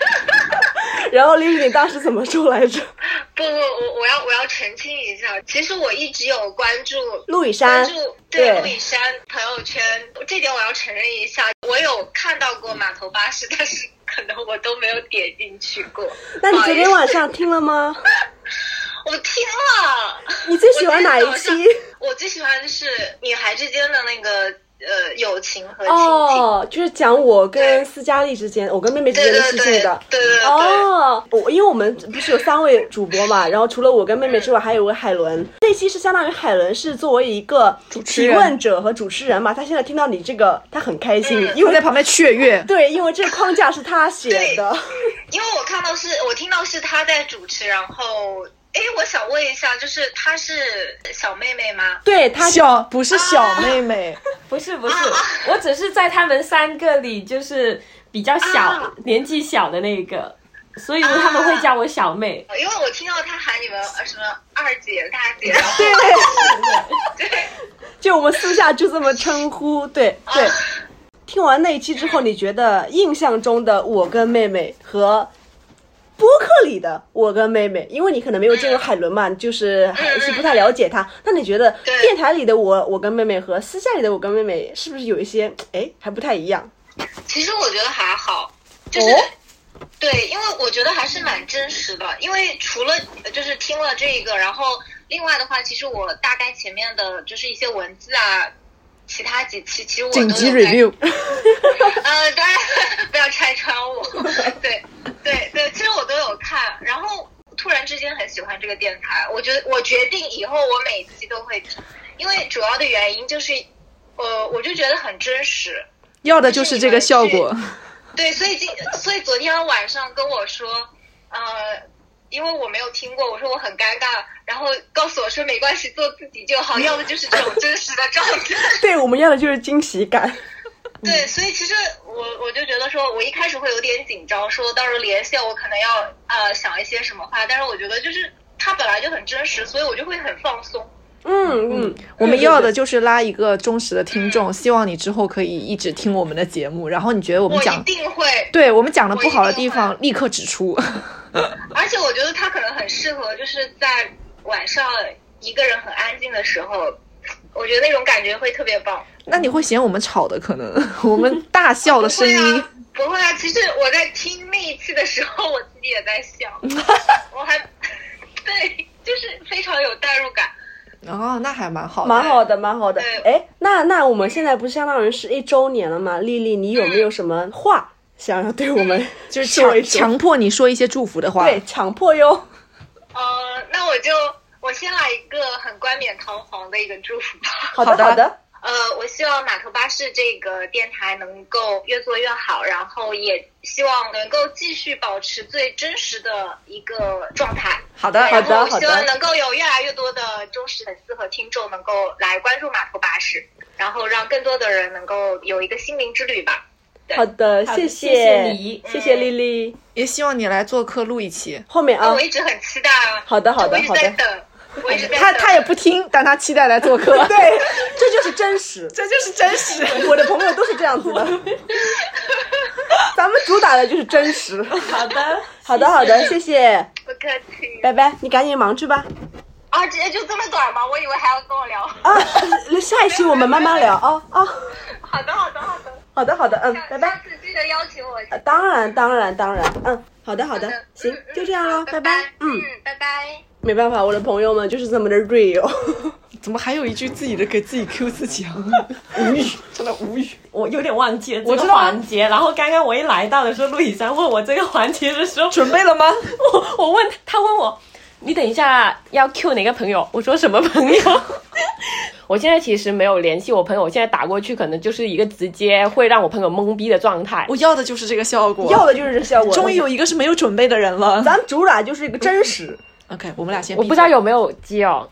[SPEAKER 3] 然后丽丽，你当时怎么说来着？
[SPEAKER 4] 不，我要澄清一下，其实我一直有关注
[SPEAKER 3] 陆羽山，对
[SPEAKER 4] 陆羽山朋友圈，这点我要承认一下，我有看到过码头巴士，但是可能我都没有点进去过。
[SPEAKER 3] 那你昨天晚上听了吗？
[SPEAKER 4] 我听了。
[SPEAKER 3] 你最喜欢哪一期？
[SPEAKER 4] 我最喜欢的是女孩之间的那个友情和亲情。
[SPEAKER 3] 哦，就是讲我跟斯嘉丽之间，我跟妹妹之间的事情的。
[SPEAKER 4] 对。
[SPEAKER 3] 哦，因为我们不是有3位主播嘛，然后除了我跟妹妹之外，还有个海伦。这期是相当于海伦是作为一个提问者和主持人嘛，他现在听到你这个，他很开心，因为
[SPEAKER 1] 在旁边雀跃。
[SPEAKER 3] 对，因为这个框架是他写的。
[SPEAKER 4] 因为我听到是他在主持，然后。我想问一下，就是她是小妹妹吗？
[SPEAKER 3] 对，她
[SPEAKER 1] 不是小妹妹，
[SPEAKER 2] 不是，我只是在他们3个里就是比较小、年纪小的那个，所以他们会叫我小妹。
[SPEAKER 4] 因为我听到他喊你们什么二姐、大姐，对，
[SPEAKER 3] 就我们私下就这么称呼，对。听完那一期之后，你觉得印象中的我跟妹妹和播客里的我跟妹妹，因为你可能没有见过海伦嘛，就是还是不太了解她。那你觉得电台里的我跟妹妹和私下里的我跟妹妹是不是有一些还不太一样？
[SPEAKER 4] 其实我觉得还好，就是、对，因为我觉得还是蛮真实的。因为除了就是听了这个，然后另外的话，其实我大概前面的就是一些文字啊。其他几期其实我都有
[SPEAKER 1] 紧急 review，
[SPEAKER 4] 当然不要拆穿我，对，其实我都有看，然后突然之间很喜欢这个电台，我决定以后我每期都会听，因为主要的原因就是，我就觉得很真实，
[SPEAKER 1] 要的就是这个效果。
[SPEAKER 4] 对，所以昨天晚上跟我说，因为我没有听过，我说我很尴尬，然后告诉我说没关系，做自己就好，要的就是这种真实的状态。
[SPEAKER 3] 对，我们要的就是惊喜感。
[SPEAKER 4] 对，所以其实我就觉得说，我一开始会有点紧张，说到时候连线我可能要想一些什么话，但是我觉得就是它本来就很真实，所以我就会很放松。
[SPEAKER 1] 我们要的就是拉一个忠实的听众，希望你之后可以一直听我们的节目，然后你觉得我们讲，
[SPEAKER 4] 我一定会，
[SPEAKER 1] 对我们讲的不好的地方立刻指出。
[SPEAKER 4] 而且我觉得它可能很适合，就是在晚上一个人很安静的时候，我觉得那种感觉会特别棒。
[SPEAKER 1] 那你会嫌我们吵的？可能我们大笑的声音。
[SPEAKER 4] 不会啊，其实我在听那一期的时候，我自己也在笑，我还对，就是非常有代入感。
[SPEAKER 1] 哦，那还蛮好的，
[SPEAKER 3] 蛮好的。那我们现在不是相当于是1周年了吗？丽丽，你有没有什么话想要对我们
[SPEAKER 1] 就是强迫你说一些祝福的话？
[SPEAKER 3] 对，强迫哟。
[SPEAKER 4] 那我先来一个很冠冕堂皇的一个祝福吧。
[SPEAKER 3] 好的。
[SPEAKER 4] 我希望码头巴士这个电台能够越做越好，然后也希望能够继续保持最真实的一个状态。
[SPEAKER 1] 好的。
[SPEAKER 4] 然后希望能够有越来越多的忠实粉丝和听众能够来关注码头巴士，然后让更多的人能够有一个心灵之旅吧。
[SPEAKER 3] 好的，谢
[SPEAKER 2] 谢你，
[SPEAKER 3] 谢谢丽丽，
[SPEAKER 1] 也希望你来做客录一期。
[SPEAKER 3] 后面啊，
[SPEAKER 4] 我一直很期待啊。
[SPEAKER 3] 好的，
[SPEAKER 4] 我一直在等。
[SPEAKER 1] 他也不听，但他期待来做客。
[SPEAKER 3] 对，这就是真实，我的朋友都是这样子的。咱们主打的就是真实。好的，谢谢。
[SPEAKER 4] 不客气。
[SPEAKER 3] 拜拜，你赶紧忙去吧。
[SPEAKER 4] 直接就这么短吗？我以为还要跟我聊。
[SPEAKER 3] 下一期我们慢慢聊啊。
[SPEAKER 4] 好的，
[SPEAKER 3] 拜拜。
[SPEAKER 4] 下次记得邀请我。
[SPEAKER 3] 当然。好的，行，就这样了，拜拜。
[SPEAKER 4] 拜拜。
[SPEAKER 3] 没办法，我的朋友们就是这么的 real。
[SPEAKER 1] 怎么还有一句自己的给自己 Q 自己啊？无语，真的无语。
[SPEAKER 2] 我有点忘记了这个环节，然后刚刚我一来到的时候，陆以山问我这个环节的时候，
[SPEAKER 1] 准备了吗？
[SPEAKER 2] 我问他问我，你等一下要 Q 哪个朋友？我说什么朋友？我现在其实没有联系我朋友，我现在打过去可能就是一个直接会让我朋友懵逼的状态。
[SPEAKER 1] 我要的就是这个效果，终于有一个是没有准备的人了。
[SPEAKER 3] 咱主打就是一个真实。
[SPEAKER 1] OK， 我们俩先。
[SPEAKER 2] 我不知道有没有接哦。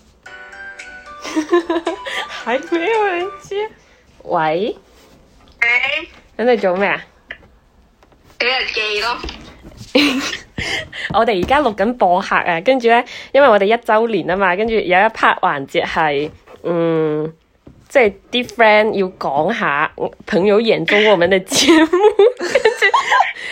[SPEAKER 2] 还没有人接。喂。你哋做咩啊？
[SPEAKER 4] 俾人記咯。
[SPEAKER 2] 我哋而家錄緊播客啊，跟住咧，因為我哋1周年啊嘛，跟住有一 part 環節係，即係啲 friend 要講下朋友眼中我們的節目，跟住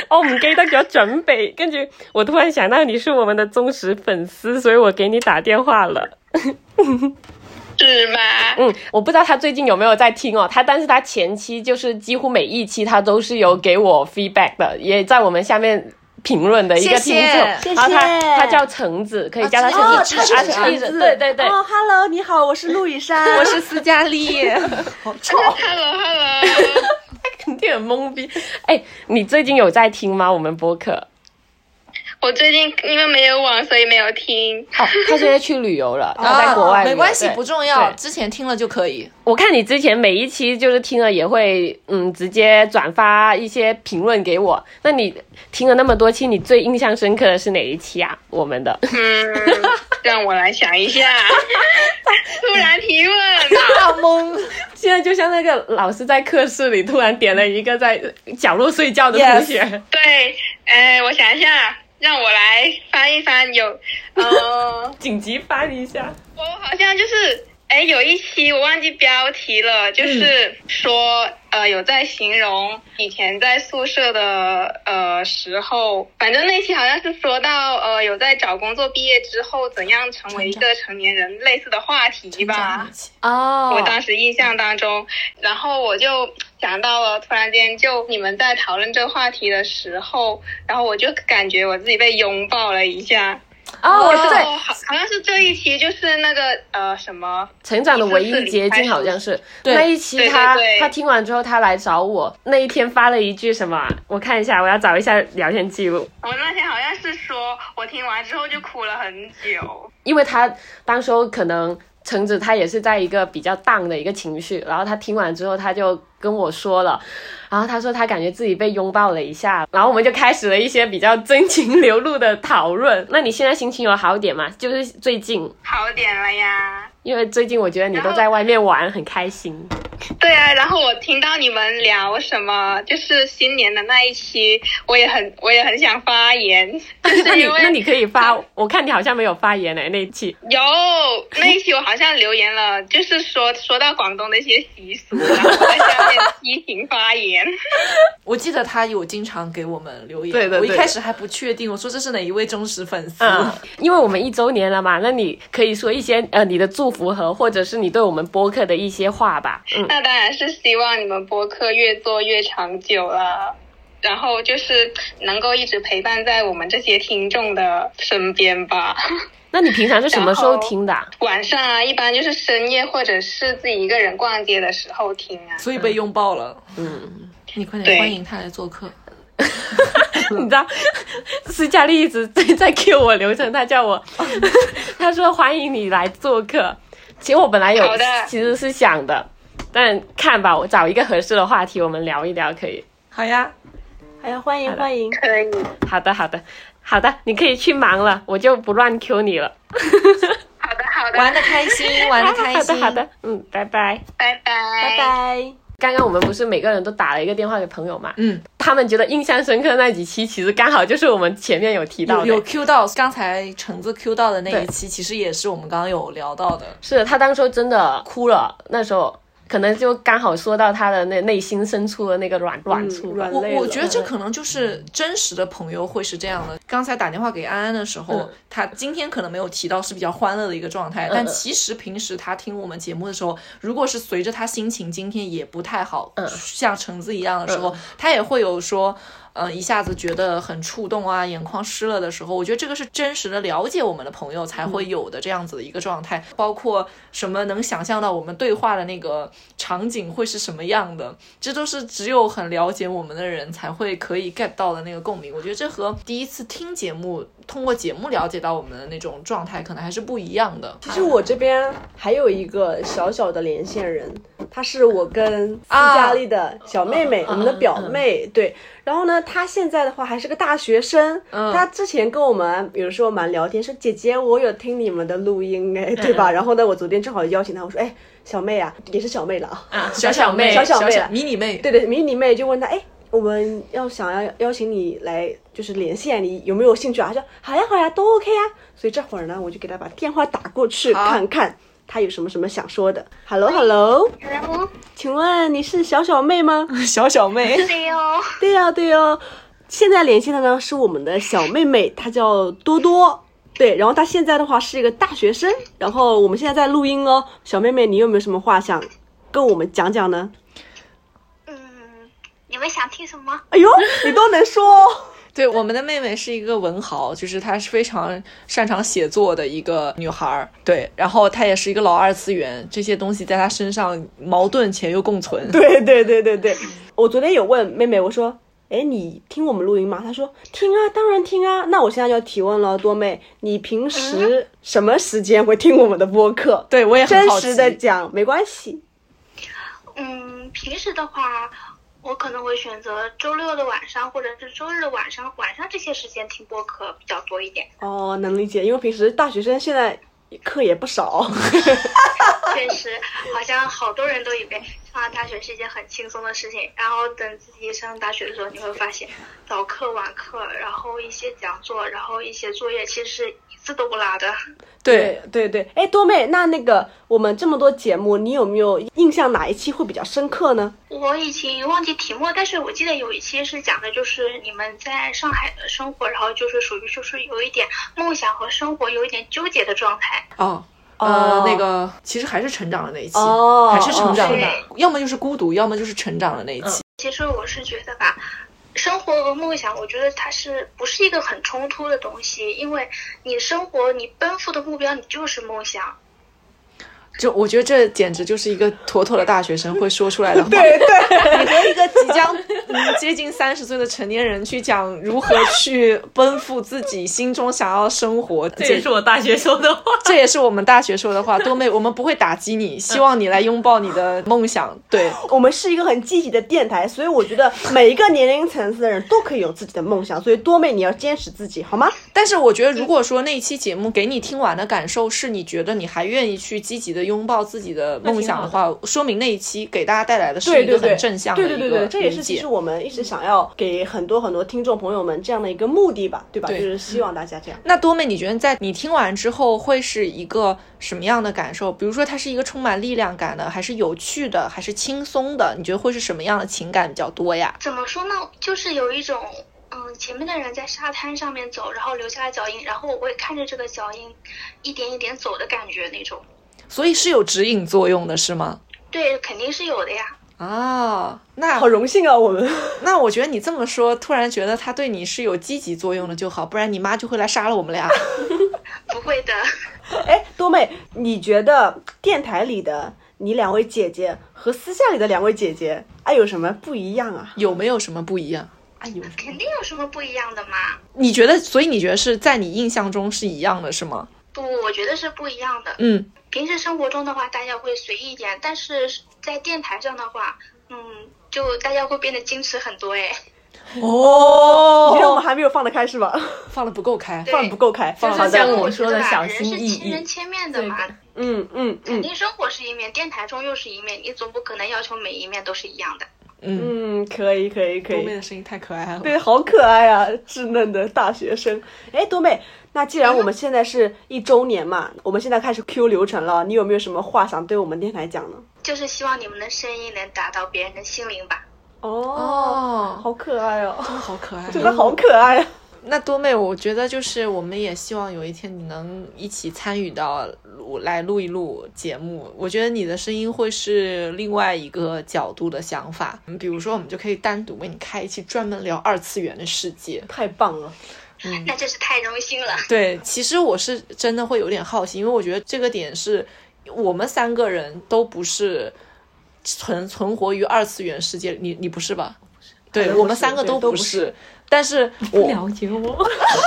[SPEAKER 2] 我唔記得咗準備，跟住我突然想到你是我們的忠實粉絲，所以我給你打電話了。
[SPEAKER 4] 是吗？
[SPEAKER 2] 我不知道他最近有沒有在聽哦，但是他前期就是幾乎每一期他都是有給我 feedback 的，也在我們下面評論的一個聽眾，
[SPEAKER 1] 謝謝
[SPEAKER 2] 然後他叫橙子，可以叫他橙子，
[SPEAKER 3] 他是橙子，
[SPEAKER 2] 對對對。
[SPEAKER 3] 哦 ，Hello， 你好，我是陆以珊，
[SPEAKER 1] 我是斯嘉丽。好吵。
[SPEAKER 4] Hello，
[SPEAKER 2] 肯定很懵逼。哎，你最近有在聽嗎？我們播客？
[SPEAKER 4] 我最近因為沒有網，所以沒有聽。
[SPEAKER 2] 哦，他現在去旅遊了，他在國外旅遊。
[SPEAKER 1] 沒關係，
[SPEAKER 2] 對
[SPEAKER 1] 不重要，
[SPEAKER 2] 對
[SPEAKER 1] 之前聽了就可以。
[SPEAKER 2] 我看你之前每一期就是聽了也會直接轉發一些評論給我。那你聽了那麼多期，你最印象深刻的是哪一期啊？我們的？
[SPEAKER 4] 讓我來想一下。突然提問，
[SPEAKER 1] 大懵。
[SPEAKER 2] 現在就像那個老師在課室裡突然點了一個在角落睡覺的同學。
[SPEAKER 1] Yes.
[SPEAKER 4] 對，我想一下，讓我來翻一翻，
[SPEAKER 2] 緊急翻一下。
[SPEAKER 4] 我好像就是有一期我忘記標題了，就是說有在形容以前在宿舍的時候，反正那期好像是說到有在找工作畢業之後怎樣成為一個成年人類似的話題吧。
[SPEAKER 2] 哦，
[SPEAKER 4] 我當時印象當中，然後我就想到了，突然間就你們在討論這個話題的時候，然後我就感覺我自己被擁抱了一下。
[SPEAKER 2] 哦，對，
[SPEAKER 4] 好像是這一期就是那個什麼
[SPEAKER 2] 成長的唯一捷徑，好像是
[SPEAKER 1] 對
[SPEAKER 2] 那一期
[SPEAKER 4] 對
[SPEAKER 2] 他
[SPEAKER 4] 對對
[SPEAKER 2] 他聽完之後他來找我，那一天發了一句什麼？我看一下，我要找一下聊天記錄。
[SPEAKER 4] 我那天好像是說我聽完之後就哭了很久，
[SPEAKER 2] 因為他當時候可能橙子他也是在一個比較down的一個情緒，然後他聽完之後他就跟我說了，然後他說他感覺自己被擁抱了一下，然後我們就開始了一些比較真情流露的討論。那你現在心情有好點嗎？就是最近
[SPEAKER 4] 好點了呀。
[SPEAKER 2] 因為最近我覺得你都在外面玩，很開心。
[SPEAKER 4] 對啊，然後我聽到你們聊什麼，就是新年的那一期，我也很想發言。
[SPEAKER 2] 那你可以發，我看你好像沒有發言那一期。
[SPEAKER 4] 有，那一期我好像留言了，就是說到廣東的一些習俗，然後我在下面批評發言。
[SPEAKER 1] 我記得他有經常給我們留言，
[SPEAKER 2] 對對對，
[SPEAKER 1] 我一開始還不確定，我說這是哪一位忠實粉絲。
[SPEAKER 2] 因為我們1周年了嘛，那你可以說一些你的祝福和或者是你對我們播客的一些話吧。
[SPEAKER 4] 那當然是希望你們播客越做越長久了，然後就是能夠一直陪伴在我們這些聽眾的身邊吧。
[SPEAKER 2] 那你平常是什麼時候聽的？
[SPEAKER 4] 晚上啊，一般就是深夜或者是自己一個人逛街的時候聽啊。
[SPEAKER 1] 所以被擁抱了。你快點歡迎他來做客。
[SPEAKER 2] 你知道斯嘉麗一直在 cue 我流程，他叫我他說歡迎你來做客。其實我本來其實是想的，但看吧，我找一個合適的話題我們聊一聊可以。
[SPEAKER 1] 好呀，
[SPEAKER 3] 好呀，歡迎歡迎，
[SPEAKER 4] 可以。
[SPEAKER 2] 好的，你可以去忙了，我就不亂 Q 你了。
[SPEAKER 4] 好的，
[SPEAKER 1] 玩得開心，玩得開心。
[SPEAKER 2] 好的，拜拜，
[SPEAKER 4] 拜拜。
[SPEAKER 2] 剛剛我們不是每個人都打了一個電話給朋友嘛？他們覺得印象深刻那幾期，其實剛好就是我們前面有提到的，
[SPEAKER 1] 有 Q 到剛才橙子 Q 到的那一期，其實也是我們剛剛有聊到的。
[SPEAKER 2] 是他當時真的哭了，那時候可能就剛好說到他的那內心深處的那個軟處。
[SPEAKER 1] 我覺得這可能就是真實的朋友會是這樣的。剛才打電話給安安的時候，他今天可能沒有提到是比較歡樂的一個狀態，但其實平時他聽我們節目的時候，如果是隨着他心情今天也不太好，像橙子一樣的時候，他也會有說一下子覺得很觸動啊，眼眶濕了的時候，我覺得這個是真實的了解我們的朋友才會有的這樣子的一個狀態，包括什麼能想象到我們對話的那個場景會是什麼樣的，這都是只有很了解我們的人才會可以 get 到的那個共鳴。我覺得這和第一次聽節目，通過節目了解到我們的那種狀態可能還是不一樣的。
[SPEAKER 3] 其實我這邊還有一個小小的連線人，她是我跟斯嘉麗的小妹妹，我們的表妹，對。然後呢，她現在的話還是個大學生，她之前跟我們有時候蠻聊天，說姐姐我有聽你們的錄音哎，對吧？然後呢，我昨天正好邀請她，我說哎，小妹啊，也是小妹了啊，
[SPEAKER 1] 小妹迷你妹，
[SPEAKER 3] 對，迷你妹就問她哎，我們想要邀請你來就是連線，你有沒有興趣啊？她說好呀，都 OK 啊。所以這會兒呢，我就給她把電話打過去看看他有什麼想說的。Hello， 請問你是小妹嗎？
[SPEAKER 1] 小妹。
[SPEAKER 4] 對哦。
[SPEAKER 3] 對哦。 现在联系的呢是我们的小妹妹，她叫多多。对，然后她现在的话是一个大学生，然后我们现在在录音哦。小妹妹，你有没有什么话想跟我们讲讲呢？
[SPEAKER 5] 你们想听什么？
[SPEAKER 3] 哎呦，你都能说哦。
[SPEAKER 1] 对，我们的妹妹是一个文豪，就是她是非常擅长写作的一个女孩。对，然后她也是一个老二次元，这些东西在她身上矛盾且又共存。
[SPEAKER 3] 对对对对对，我昨天有问妹妹，我说，哎，你听我们录音吗？她说听啊，当然听啊。那我现在就要提问了，多妹，你平时什么时间会听我们的播客？
[SPEAKER 1] 对，我也很好奇。
[SPEAKER 3] 真实的讲，没关系。
[SPEAKER 5] 平时的话，我可能会选择周六的晚上或者是周日的晚上这些时间听播客比较多一点。
[SPEAKER 3] 哦，能理解，因为平时大学生现在课也不少。
[SPEAKER 5] 确实，好像好多人都以为上了大学是一件很轻松的事情，然后等自己上大学的时候，你会发现早课晚课，然后一些讲座，然后一些作业，其实是一次都不落的。
[SPEAKER 3] 对对对，哎，多妹，那个我们这么多节目，你有没有印象哪一期会比较深刻呢？
[SPEAKER 5] 我已经忘记题目，但是我记得有一期是讲的就是你们在上海的生活，然后就是属于就是有一点梦想和生活有一点纠结的状态。
[SPEAKER 1] 那个其实还是成长的那一期，还是成长的，要么就是孤独，要么就是成长的那一期。
[SPEAKER 5] 其实我是觉得吧，生活和梦想，我觉得它是不是一个很冲突的东西？因为你生活，你奔赴的目标，你就是梦想。
[SPEAKER 1] 就我觉得这简直就是一个妥妥的大学生会说出来的话。
[SPEAKER 3] 对对，
[SPEAKER 1] 你和一个即将接近30岁的成年人去讲如何去奔赴自己心中想要的生活，
[SPEAKER 2] 这也是我大学说的话，
[SPEAKER 1] 这也是我们大学说的话。多妹，我们不会打击你，希望你来拥抱你的梦想。对，
[SPEAKER 3] 我们是一个很积极的电台，所以我觉得每一个年龄层次的人都可以有自己的梦想，所以多妹你要坚持自己，好吗？
[SPEAKER 1] 但是我觉得如果说那一期节目给你听完的感受是你觉得你还愿意去积极的拥抱自己的梦想的话，说明那一期给大家带来的是一个很正向的一个理解。
[SPEAKER 3] 对，这也是其实我们一直想要给很多听众朋友们这样的一个目的吧，对吧？
[SPEAKER 1] 对，
[SPEAKER 3] 就是希望大家这样。
[SPEAKER 1] 那多妹，你觉得在你听完之后会是一个什么样的感受？比如说它是一个充满力量感的，还是有趣的，还是轻松的？你觉得会是什么样的情感比较多呀？
[SPEAKER 5] 怎么说呢？就是有一种前面的人在沙滩上面走，然后留下了脚印，然后我会看着这个脚印一点一点走的感觉那种。
[SPEAKER 1] 所以是有指引作用的，是吗？
[SPEAKER 5] 对，肯定是有的呀。
[SPEAKER 1] 那
[SPEAKER 3] 好荣幸啊，我们。
[SPEAKER 1] 那我觉得你这么说，突然觉得他对你是有积极作用的就好，不然你妈就会来杀了我们俩。
[SPEAKER 5] 不会的。
[SPEAKER 3] 哎，多妹，你觉得电台里的你两位姐姐和私下里的两位姐姐，有什么不一样啊？
[SPEAKER 1] 有没有什么不一样？
[SPEAKER 5] 肯定有什么不一样的嘛。
[SPEAKER 1] 你觉得？所以你觉得是在你印象中是一样的，是吗？
[SPEAKER 5] 不，我觉得是不一样的。平时生活中的话，大家会随意一点，但是在电台上的话，就大家会变得矜持很多哎。
[SPEAKER 3] 你觉得我们还没有放得开是吧？
[SPEAKER 1] 放得不够开，
[SPEAKER 3] 放得不够开。
[SPEAKER 2] 就是像我说的小心翼翼。
[SPEAKER 5] 人是千人千面的嘛。肯定生活是一面，电台中又是一面，你总不可能要求每一面都是一样的。
[SPEAKER 3] 可以。
[SPEAKER 1] 多妹的声音太可爱了。
[SPEAKER 3] 对，好可爱啊，稚嫩的大学生。哎，多妹，那既然我们现在是1周年嘛，我们现在开始 Q 流程了，你有没有什么话想对我们电台讲呢？
[SPEAKER 5] 就是希望你们的声音能打到别人的心灵吧。
[SPEAKER 3] 好可爱哦，
[SPEAKER 1] 好可爱，
[SPEAKER 3] 真的好可爱啊。
[SPEAKER 1] 那多妹，我觉得就是我们也希望有一天你能一起参与到来录一录节目。我觉得你的声音会是另外一个角度的想法。比如说，我们就可以单独为你开一期专门聊2次元的世界。
[SPEAKER 3] 太棒了。
[SPEAKER 5] 那真是太荣幸了。
[SPEAKER 1] 对，其实我是真的会有点好奇，因为我觉得这个点是我们3个人都不是存活于2次元世界。你不是吧？对，我们3个都不是。但是
[SPEAKER 2] 不了解我。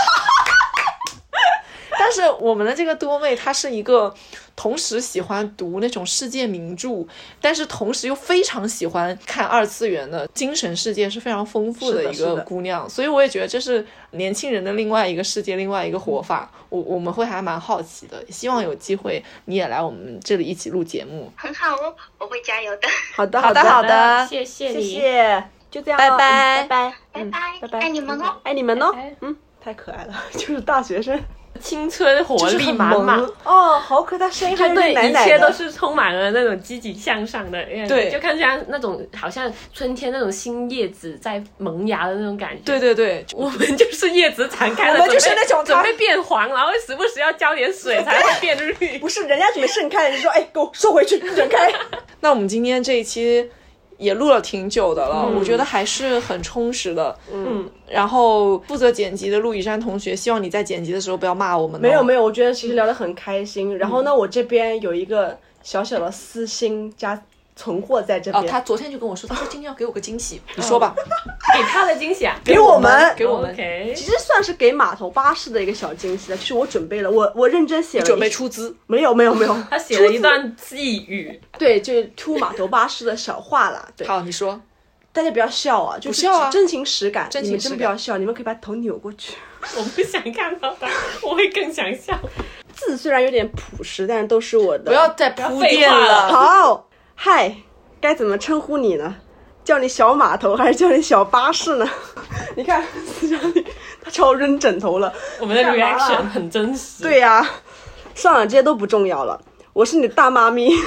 [SPEAKER 1] 但是我们的这个多妹，她是一个同时喜欢读那种世界名著，但是同时又非常喜欢看2次元的精神世界是非常丰富的一个姑娘，所以我也觉得这是年轻人的另外一个世界，另外一个活法。我们会还蛮好奇的，希望有机会你也来我们这里一起录节目。
[SPEAKER 5] 很好哦，我会加油的。
[SPEAKER 3] 好的，
[SPEAKER 2] 谢谢你，
[SPEAKER 3] 谢谢，就这样，
[SPEAKER 1] 拜拜，
[SPEAKER 5] 拜拜，爱你们哦，
[SPEAKER 3] 爱你们哦。太可爱了，就是大学生。
[SPEAKER 2] 青春活力满满
[SPEAKER 3] 哦，好可爱，声音还有
[SPEAKER 2] 对，
[SPEAKER 3] 点奶奶的，
[SPEAKER 2] 一切都是充满了那种积极向上的，
[SPEAKER 1] 对，
[SPEAKER 2] 就看像那种好像春天那种新叶子在萌芽的那种感觉。
[SPEAKER 1] 对对对，
[SPEAKER 2] 我们就是叶子敞开了，
[SPEAKER 3] 我们就是那种
[SPEAKER 2] 准备变黄，然后时不时要浇点水才会变绿。
[SPEAKER 3] 不是人家准备盛开，你说哎，给我收回去，整开。
[SPEAKER 1] 那我们今天这一期也录了挺久的了，我觉得还是很充实的。然后负责剪辑的陆以山同学，希望你在剪辑的时候不要骂我们。
[SPEAKER 3] 没有，我觉得其实聊得很开心。然后呢，我这边有一个小小的私心加存货在这边。
[SPEAKER 1] 他昨天就跟我说，他说今天要给我个惊喜，你说吧。
[SPEAKER 2] 给他的惊喜啊？
[SPEAKER 3] 给我们。
[SPEAKER 2] Okay.
[SPEAKER 3] 其实算是给码头巴士的一个小惊喜了，就是我准备了，我认真写了。
[SPEAKER 1] 准备出资？
[SPEAKER 3] 没有。
[SPEAKER 2] 他写了一段寄语。
[SPEAKER 3] 对，就是出码头巴士的小话啦。对，
[SPEAKER 1] 好，你说。
[SPEAKER 3] 大家不要笑啊，就是真情实感，你们真不要笑，你们可以把头扭过去。
[SPEAKER 2] 我不想看到他，我会更想笑。
[SPEAKER 3] 字虽然有点朴实，但是都是我的。
[SPEAKER 1] 不要再铺垫了。
[SPEAKER 3] 好，嗨，该怎么称呼你呢？叫你小码头还是叫你小巴士呢？你看思佳丽，他朝我扔枕头了。
[SPEAKER 2] 我们的 reaction 很真实。
[SPEAKER 3] 对呀，算了，这些都不重要了。我是你大妈咪。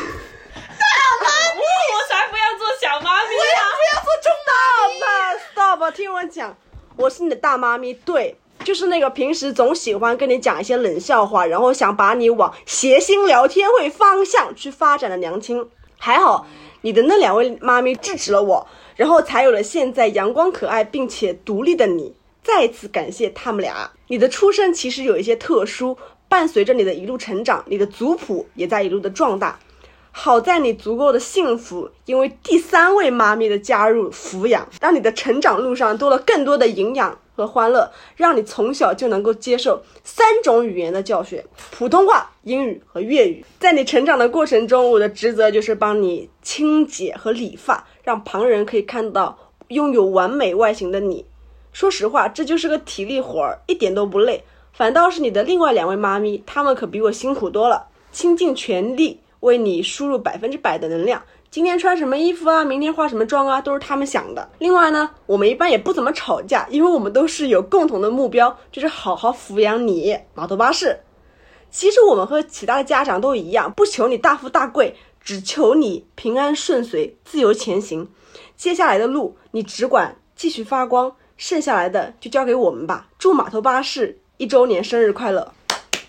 [SPEAKER 2] 我才不要做小妈咪啊！
[SPEAKER 3] 不要做中妈咪。Stop， 听我讲，我是你的大妈咪，对，就是那个平时总喜欢跟你讲一些冷笑话，然后想把你往谐星聊天会方向去发展的娘亲。还好你的那2位妈咪支持了我，然后才有了现在阳光可爱并且独立的你。再次感谢他们俩。你的出生其实有一些特殊，伴随着你的一路成长，你的族谱也在一路的壮大。好在你足够的幸福，因为第3位妈咪的加入抚养，让你的成长路上多了更多的营养和欢乐，让你从小就能够接受3种语言的教学，普通话、英语和粤语。在你成长的过程中，我的职责就是帮你清洁和理发，让旁人可以看到拥有完美外形的你。说实话，这就是个体力活儿，一点都不累。反倒是你的另外2位妈咪，她们可比我辛苦多了，倾尽全力为你输入100%的能量。今天穿什么衣服啊，明天化什么妆啊，都是他们想的。另外呢，我们一般也不怎么吵架，因为我们都是有共同的目标，就是好好抚养你，码头巴士。其实我们和其他的家长都一样，不求你大富大贵，只求你平安顺遂，自由前行。接下来的路你只管继续发光，剩下来的就交给我们吧。祝码头巴士1周年生日快乐。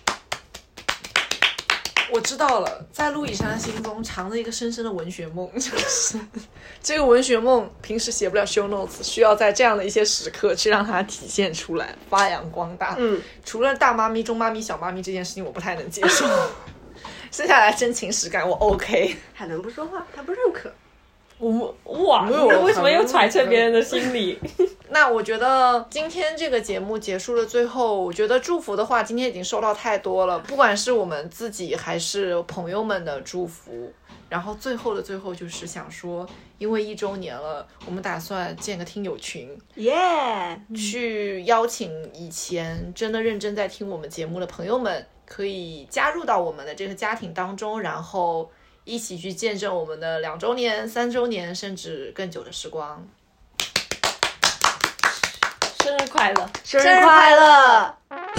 [SPEAKER 1] 我知道了，在陆以山心中藏着一个深深的文学梦，就是这个文学梦平时写不了 show notes， 需要在这样的一些时刻去让它体现出来，发扬光大。除了大妈咪、中妈咪、小妈咪这件事情我不太能接受，剩下来真情实感我 OK。
[SPEAKER 3] 海伦不说话，他不认可。
[SPEAKER 2] 哇，你为什么又揣测别人的心理？
[SPEAKER 1] 那我觉得今天这个节目结束的最后，我觉得祝福的话今天已经收到太多了，不管是我们自己还是朋友们的祝福。然后最后的最后就是想说，因为1周年了，我们打算建个听友群，去邀请以前真的认真在听我们节目的朋友们，可以加入到我们的这个家庭当中，然后一起去见证我们的2周年、3周年，甚至更久的时光。
[SPEAKER 2] 生日快乐！
[SPEAKER 3] 生日快乐！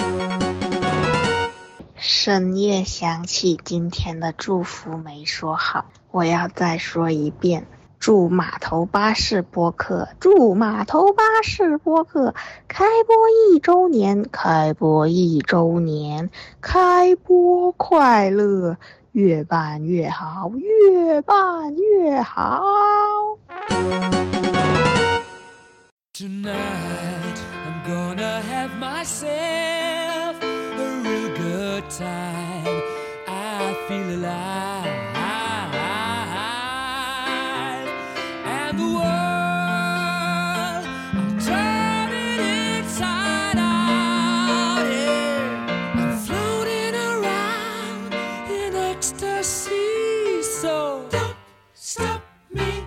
[SPEAKER 6] 深夜想起今天的祝福没说好，我要再说一遍。祝码头巴士播客，祝码头巴士播客开播1周年，开播1周年，开播快乐，越办越好，越办越好。
[SPEAKER 7] Tonight I'm gonna have myself a real good time. I feel alive, and the world I'm turning inside out. Yeah, I'm floating around in ecstasy. So don't stop me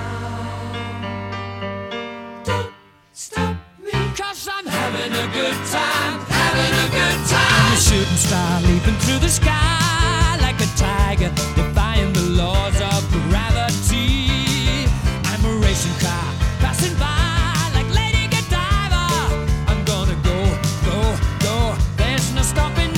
[SPEAKER 7] now.'Cause I'm having a good time, having a good time. I'm a shooting star leaping through the sky like a tiger, defying the laws of gravity. I'm a racing car passing by like Lady Godiva. I'm gonna go, go, go. There's no stopping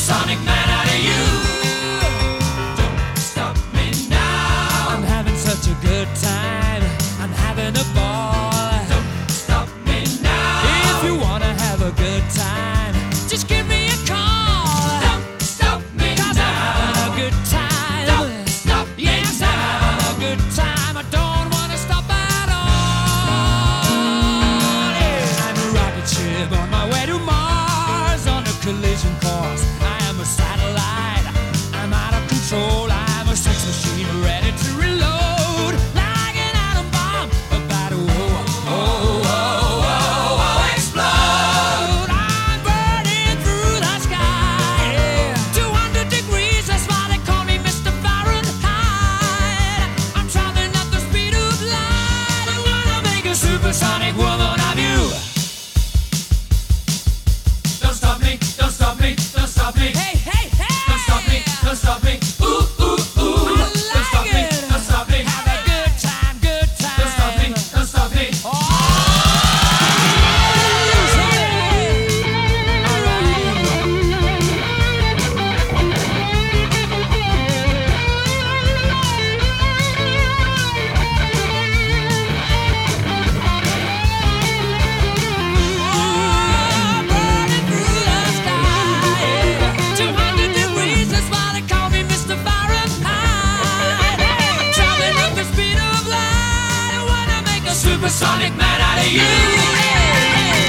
[SPEAKER 7] supersonic man out of you. Don't stop me now. I'm having such a good time. I'm having a ball. Don't stop me now. If you wanna have a good time, just give me a call. Don't stop me now. 'Cause I'm having a good time. Don't stop me now. Yes, I'm having a good time. I don't wanna stop at all. Yeah. I'm a rocket ship on my way to Mars on a collision course. I am a satellite. I'm out of control. I'm a sex machine ready to reload like an atom bomb about to explode. I'm burning through the sky. Yeah. 200 degrees, that's why they call me Mr. Fahrenheit. I'm traveling at the speed of light. I wanna make a supersonic woman of you. Don't stop me, don't stop me, don't stop me. Hey, hey, hey! Don't stop me, don't stop me. Ooh, ooh, ooh. Don't stop me, don't stop me. Have a good time, good time. Don't stop me, don't stop me. Oh, burning through the sky. 200 degrees, that's why they call me Mr. Fahrenheit. Traveling at the speed of light. I wanna make a supersonic man out of you.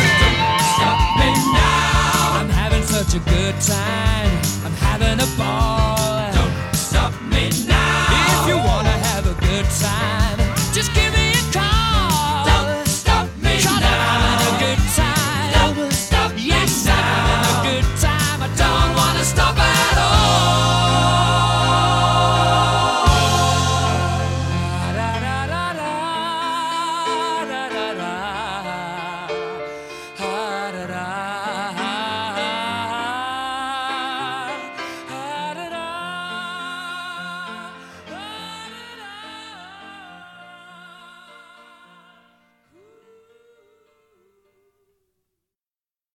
[SPEAKER 7] Don't stop me now. I'm having such a good time. I'm having a ball.